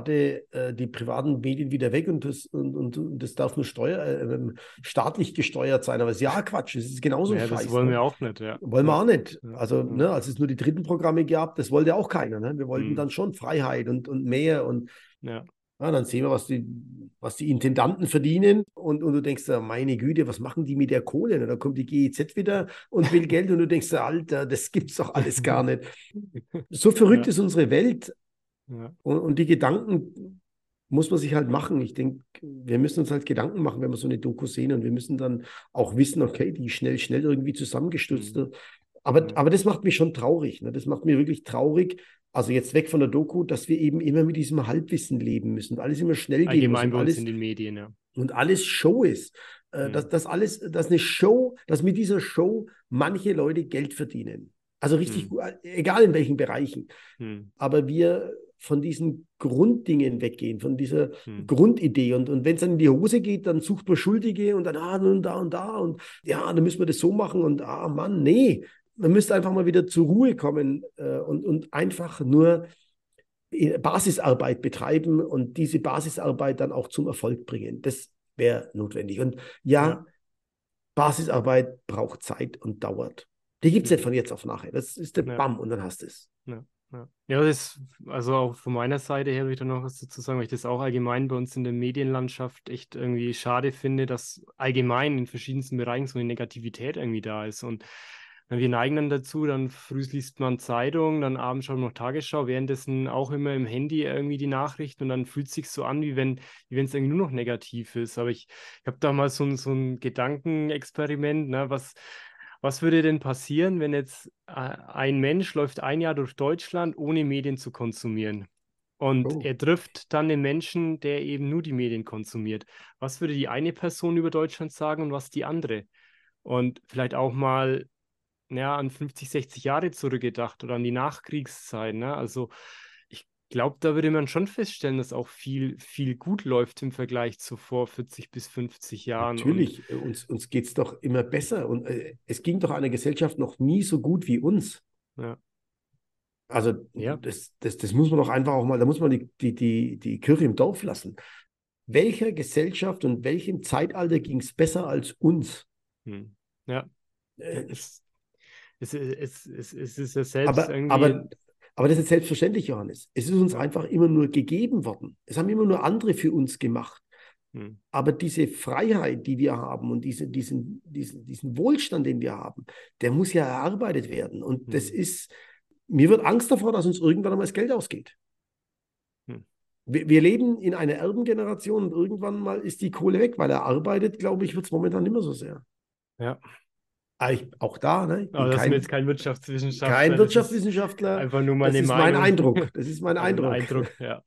die privaten Medien wieder weg und das darf nur staatlich gesteuert sein. Aber es ist ja Quatsch, es ist genauso ja, das Scheiß, wollen ne? wir auch nicht, ja. Wollen wir Ja, auch nicht. ja, Also, ja. ne, als es nur die dritten Programme gab, das wollte auch keiner, ne? Wir wollten Hm, dann schon Freiheit und mehr und ja. ja, dann sehen wir, was die Intendanten verdienen und du denkst, meine Güte, was machen die mit der Kohle? Und dann kommt die GEZ wieder und will Geld und du denkst, Alter, das gibt's doch alles gar nicht. So verrückt Ja, ist unsere Welt ja. und die Gedanken muss man sich halt machen. Ich denke, wir müssen uns halt Gedanken machen, wenn wir so eine Doku sehen und wir müssen dann auch wissen, okay, die ist schnell irgendwie zusammengestürzt. Hm, ja. Aber das macht mich schon traurig. Ne? Das macht mich wirklich traurig. Also jetzt weg von der Doku, dass wir eben immer mit diesem Halbwissen leben müssen und alles immer schnell gehen muss Allgemein bei uns in den Medien, ja. und alles Show ist. Hm, Dass eine Show, dass mit dieser Show manche Leute Geld verdienen. Also richtig hm, gut, egal in welchen Bereichen. hm, Aber wir von diesen Grunddingen weggehen, von dieser hm, Grundidee. Und wenn es dann in die Hose geht, dann sucht man Schuldige und dann und da und da und ja, dann müssen wir das so machen und Mann, nee. Man müsste einfach mal wieder zur Ruhe kommen und einfach nur Basisarbeit betreiben und diese Basisarbeit dann auch zum Erfolg bringen. Das wäre notwendig. Und ja. ja, Basisarbeit braucht Zeit und dauert. Die gibt es nicht Hm, von jetzt auf nachher. Das ist der ja. Bam und dann hast du es. Ja, ja. Ja, das, also auch von meiner Seite her will ich da noch was dazu sagen, weil ich das auch allgemein bei uns in der Medienlandschaft echt irgendwie schade finde, dass allgemein in verschiedensten Bereichen so eine Negativität irgendwie da ist. Und wir neigen dann dazu, dann früh liest man Zeitung, dann abends schaut man noch Tagesschau, währenddessen auch immer im Handy irgendwie die Nachrichten und dann fühlt es sich so an, wie wenn es irgendwie nur noch negativ ist. Aber ich habe da mal so ein Gedankenexperiment, ne, was würde denn passieren, wenn jetzt ein Mensch läuft ein Jahr durch Deutschland, ohne Medien zu konsumieren? Und Oh. er trifft dann den Menschen, der eben nur die Medien konsumiert. Was würde die eine Person über Deutschland sagen und was die andere? Und vielleicht auch mal ja, an 50, 60 Jahre zurückgedacht oder an die Nachkriegszeit. Ne? Also ich glaube, da würde man schon feststellen, dass auch viel gut läuft im Vergleich zu vor 40 bis 50 Jahren. Und Natürlich, uns geht es doch immer besser und es ging doch einer Gesellschaft noch nie so gut wie uns. ja, Also ja. das muss man doch einfach auch mal, da muss man die Kirche im Dorf lassen. Welcher Gesellschaft und welchem Zeitalter ging es besser als uns? Hm. Ja, Äh, es ist ja selbst aber, irgendwie, aber, aber das ist selbstverständlich, Johannes. Es ist uns ja, einfach immer nur gegeben worden. Es haben immer nur andere für uns gemacht. hm, Aber diese Freiheit, die wir haben und diesen Wohlstand, den wir haben, der muss ja erarbeitet werden. Und hm, mir wird Angst davor, dass uns irgendwann einmal das Geld ausgeht. hm, Wir leben in einer Erbengeneration und irgendwann mal ist die Kohle weg, weil er arbeitet, glaube ich, wird es momentan nicht mehr so sehr. Ja. Aber auch da, ne? Ich Aber bin das ist mir jetzt kein kein Wirtschaftswissenschaftler, das ist Wirtschaftswissenschaftler. einfach nur Das meine ist mein Meinung. Eindruck. Das ist mein Aber ein Eindruck. Eindruck, ja.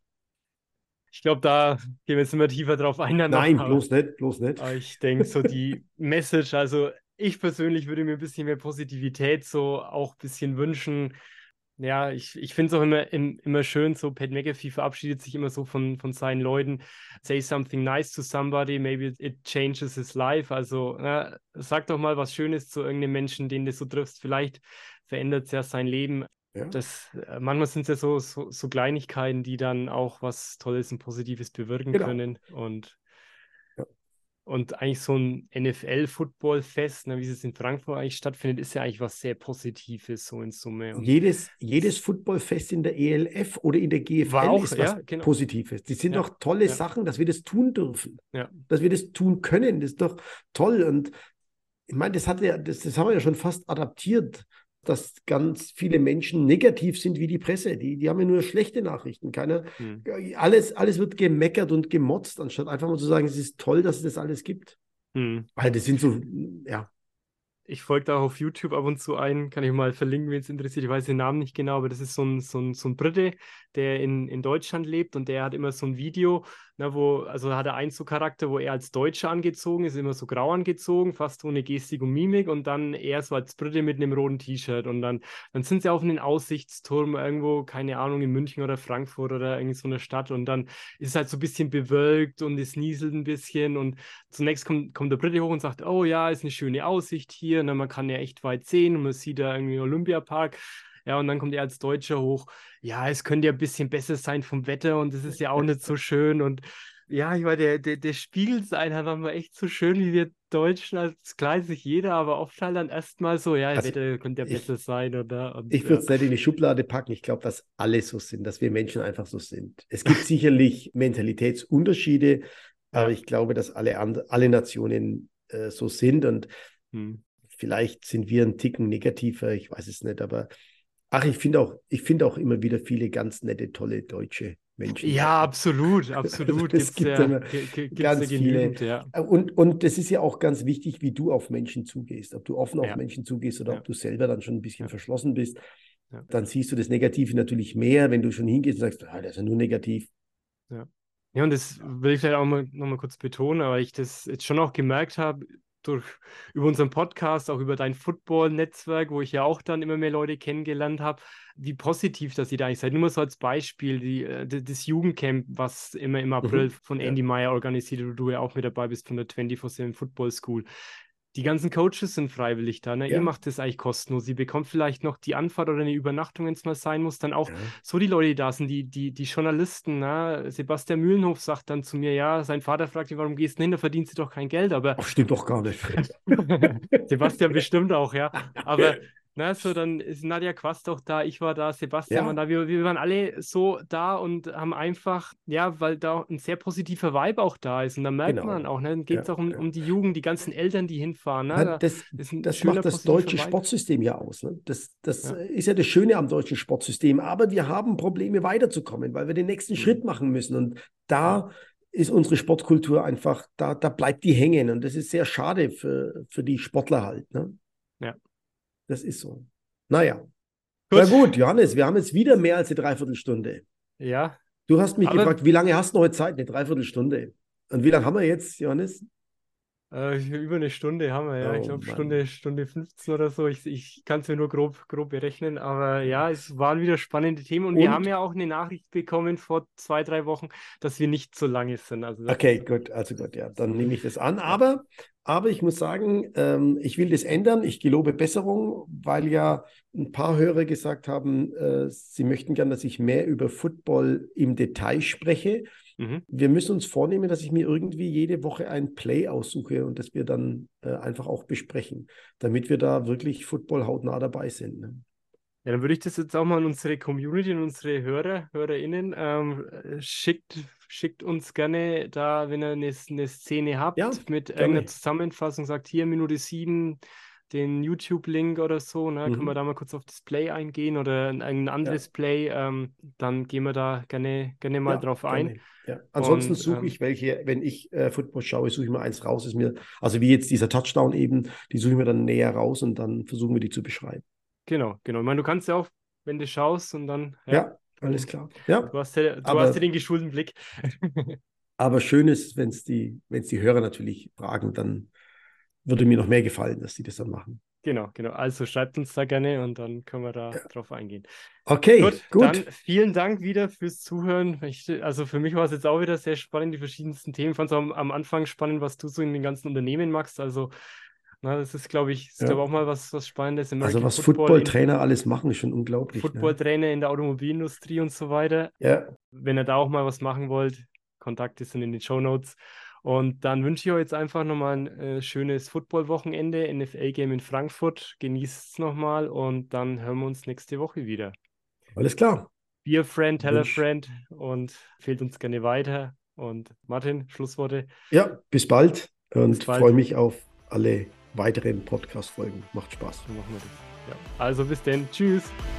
Ich glaube, da gehen wir jetzt immer tiefer drauf ein dann noch, Nein, bloß nicht, bloß nicht. aber ich denke, so die Message, also ich persönlich würde mir ein bisschen mehr Positivität so auch ein bisschen wünschen. Ja, ich finde es auch immer schön, so Pat McAfee verabschiedet sich immer so von seinen Leuten. Say something nice to somebody, maybe it changes his life. Also sag doch mal was Schönes zu irgendeinem Menschen, den du so triffst. Vielleicht verändert es ja sein Leben. Ja, Manchmal sind es ja so Kleinigkeiten, die dann auch was Tolles und Positives bewirken genau. können. Und Ja. und eigentlich so ein NFL-Football-Fest, ne, wie es in Frankfurt eigentlich stattfindet, ist ja eigentlich was sehr Positives, so in Summe. Und Jedes Footballfest in der ELF oder in der war GFL auch, ist was ja, genau. Positives. Die sind Ja, doch tolle ja, Sachen, dass wir das tun dürfen, ja. dass wir das tun können. Das ist doch toll. Und ich meine, das haben wir ja schon fast adaptiert, dass ganz viele Menschen negativ sind wie die Presse. Die haben ja nur schlechte Nachrichten. Hm. Alles wird gemeckert und gemotzt, anstatt einfach mal zu sagen, es ist toll, dass es das alles gibt. Hm. Weil das sind so, ja, Ich folge da auf YouTube ab und zu ein, kann ich mal verlinken, wenn es interessiert. Ich weiß den Namen nicht genau, aber das ist so ein Brite, der in Deutschland lebt und der hat immer so ein Video, also hat er einen so Charakter, wo er als Deutscher angezogen ist, immer so grau angezogen, fast ohne Gestik und Mimik und dann er so als Brite mit einem roten T-Shirt und dann sind sie auf einem Aussichtsturm irgendwo, keine Ahnung, in München oder Frankfurt oder irgend so einer Stadt und dann ist es halt so ein bisschen bewölkt und es nieselt ein bisschen und zunächst kommt der Brite hoch und sagt, oh ja, ist eine schöne Aussicht hier, ne, man kann ja echt weit sehen und man sieht da irgendwie den Olympiapark. Ja, und dann kommt er als Deutscher hoch. Ja, es könnte ja ein bisschen besser sein vom Wetter und es ist ja auch nicht so schön. Und ja, ich meine, der spiegelt es einfach mal echt so schön, wie wir Deutschen, als klar ist sich jeder, aber oft halt dann erstmal so, ja, also Wetter könnte ja ich, besser sein, oder? Und ich würde ja, es nicht in die Schublade packen. Ich glaube, dass alle so sind, dass wir Menschen einfach so sind. Es gibt sicherlich Mentalitätsunterschiede, aber ja. ich glaube, dass alle Nationen so sind und Hm. vielleicht sind wir ein Ticken negativer, ich weiß es nicht, aber ach, ich finde auch immer wieder viele ganz nette, tolle deutsche Menschen Ja, da. absolut, Also absolut. es gibt immer Gibt's ja ganz viele. genügend, ja. Und das ist ja auch ganz wichtig, wie du auf Menschen zugehst. Ob du offen auf Ja, Menschen zugehst oder ja, ob du selber dann schon ein bisschen ja, verschlossen bist. ja, Dann siehst du das Negative natürlich mehr, wenn du schon hingehst und sagst, ah, das ist ja nur negativ. ja. Ja, und das will ich vielleicht auch noch mal kurz betonen, aber ich das jetzt schon auch gemerkt habe, über unseren Podcast, auch über dein Football-Netzwerk, wo ich ja auch dann immer mehr Leute kennengelernt habe, wie positiv das ihr da eigentlich seid. Nur mal so als Beispiel, das Jugendcamp, was immer im April Mhm. von Ja. Andy Meyer organisiert, wo du ja auch mit dabei bist von der 24/7 Football School. Die ganzen Coaches sind freiwillig da, ne? Ihr Ja. macht das eigentlich kostenlos. Sie bekommt vielleicht noch die Anfahrt oder eine Übernachtung, wenn es mal sein muss. Dann auch Ja. so die Leute, die da sind, die Journalisten. Ne? Sebastian Mühlenhof sagt dann zu mir, ja, sein Vater fragt ihn, warum gehst du hin? Da verdienst du doch kein Geld. Aber Ach, stimmt doch gar nicht. Sebastian bestimmt auch, ja. Aber na, so dann ist Nadja Quast auch da, ich war da, Sebastian war Ja, da. Wir waren alle so da und haben einfach, ja, weil da ein sehr positiver Vibe auch da ist. Und da merkt man genau. auch, ne, dann geht es Ja, auch um, ja. um die Jugend, die ganzen Eltern, die hinfahren. Ne? Ja, Da Das, ist ein das schöner, macht das positiver deutsche Vibe. Sportsystem ja aus. Ne? Das Ja. ist ja das Schöne am deutschen Sportsystem. Aber wir haben Probleme weiterzukommen, weil wir den nächsten Schritt Mhm. machen müssen. Und Ja. da ist unsere Sportkultur einfach, da bleibt die hängen. Und das ist sehr schade für die Sportler halt. Ne? Ja. Das ist so. Naja. Na Gut. gut, Johannes, wir haben jetzt wieder mehr als eine Dreiviertelstunde. Ja. Du hast mich Aber gefragt, wie lange hast du heute Zeit? Eine Dreiviertelstunde. Und wie lange haben wir jetzt, Johannes? über eine Stunde haben wir, ja. Ich Oh glaube Mann. Stunde 15 oder so. Ich kann es mir nur grob berechnen. Aber ja, es waren wieder spannende Themen. Und wir haben Und ja auch eine Nachricht bekommen vor 2, 3 Wochen, dass wir nicht so lange sind. Also okay, das, gut, also gut, ja, dann nehme ich das an. ja. Aber ich muss sagen, ich will das ändern. Ich gelobe Besserung, weil ja ein paar Hörer gesagt haben, sie möchten gern, dass ich mehr über Football im Detail spreche. Mhm. Wir müssen uns vornehmen, dass ich mir irgendwie jede Woche ein Play aussuche und das wir dann einfach auch besprechen, damit wir da wirklich Football hautnah dabei sind. Ne? Ja, dann würde ich das jetzt auch mal an unsere Community und unsere HörerInnen schickt uns gerne da, wenn ihr eine Szene Ja, habt, mit irgendeiner gerne. Zusammenfassung, sagt hier Minute 7, den YouTube-Link oder so, ne? Können wir Mhm. da mal kurz auf das Play eingehen oder ein anderes Ja, Play, dann gehen wir da gerne mal ja, drauf ein. gerne. Ja. Ansonsten Und suche ich welche, wenn ich Football schaue, suche ich mir eins raus, ist mir, also wie jetzt dieser Touchdown eben, die suche ich mir dann näher raus und dann versuchen wir die zu beschreiben. genau. Ich meine, du kannst ja auch, wenn du schaust und dann, ja, Ja, alles du, klar. Ja, du hast ja aber, den geschulten Blick. aber schön ist, wenn es die Hörer natürlich fragen, dann würde mir noch mehr gefallen, dass die das dann machen. Genau. Also schreibt uns da gerne und dann können wir da Ja. drauf eingehen. Okay, Gut, dann gut. vielen Dank wieder fürs Zuhören. Also für mich war es jetzt auch wieder sehr spannend, die verschiedensten Themen. Ich fand es am Anfang spannend, was du so in den ganzen Unternehmen machst. Also, na, das ist, glaube ich, Ja. auch mal was Spannendes. Also American was Football, Footballtrainer alles machen, ist schon unglaublich, ne? Footballtrainer in der Automobilindustrie und so weiter. Ja, Wenn ihr da auch mal was machen wollt, Kontakte sind in den Shownotes. Und dann wünsche ich euch jetzt einfach nochmal ein schönes Football-Wochenende, NFL-Game in Frankfurt. Genießt es nochmal und dann hören wir uns nächste Woche wieder. alles klar. Be a friend, tell a Wünsch. friend und fehlt uns gerne weiter. Und Martin, Schlussworte. Ja, bis bald Bis und freue bald. mich auf alle weiteren Podcast-Folgen. Macht Spaß. So machen wir das. Ja. Also bis denn. Tschüss.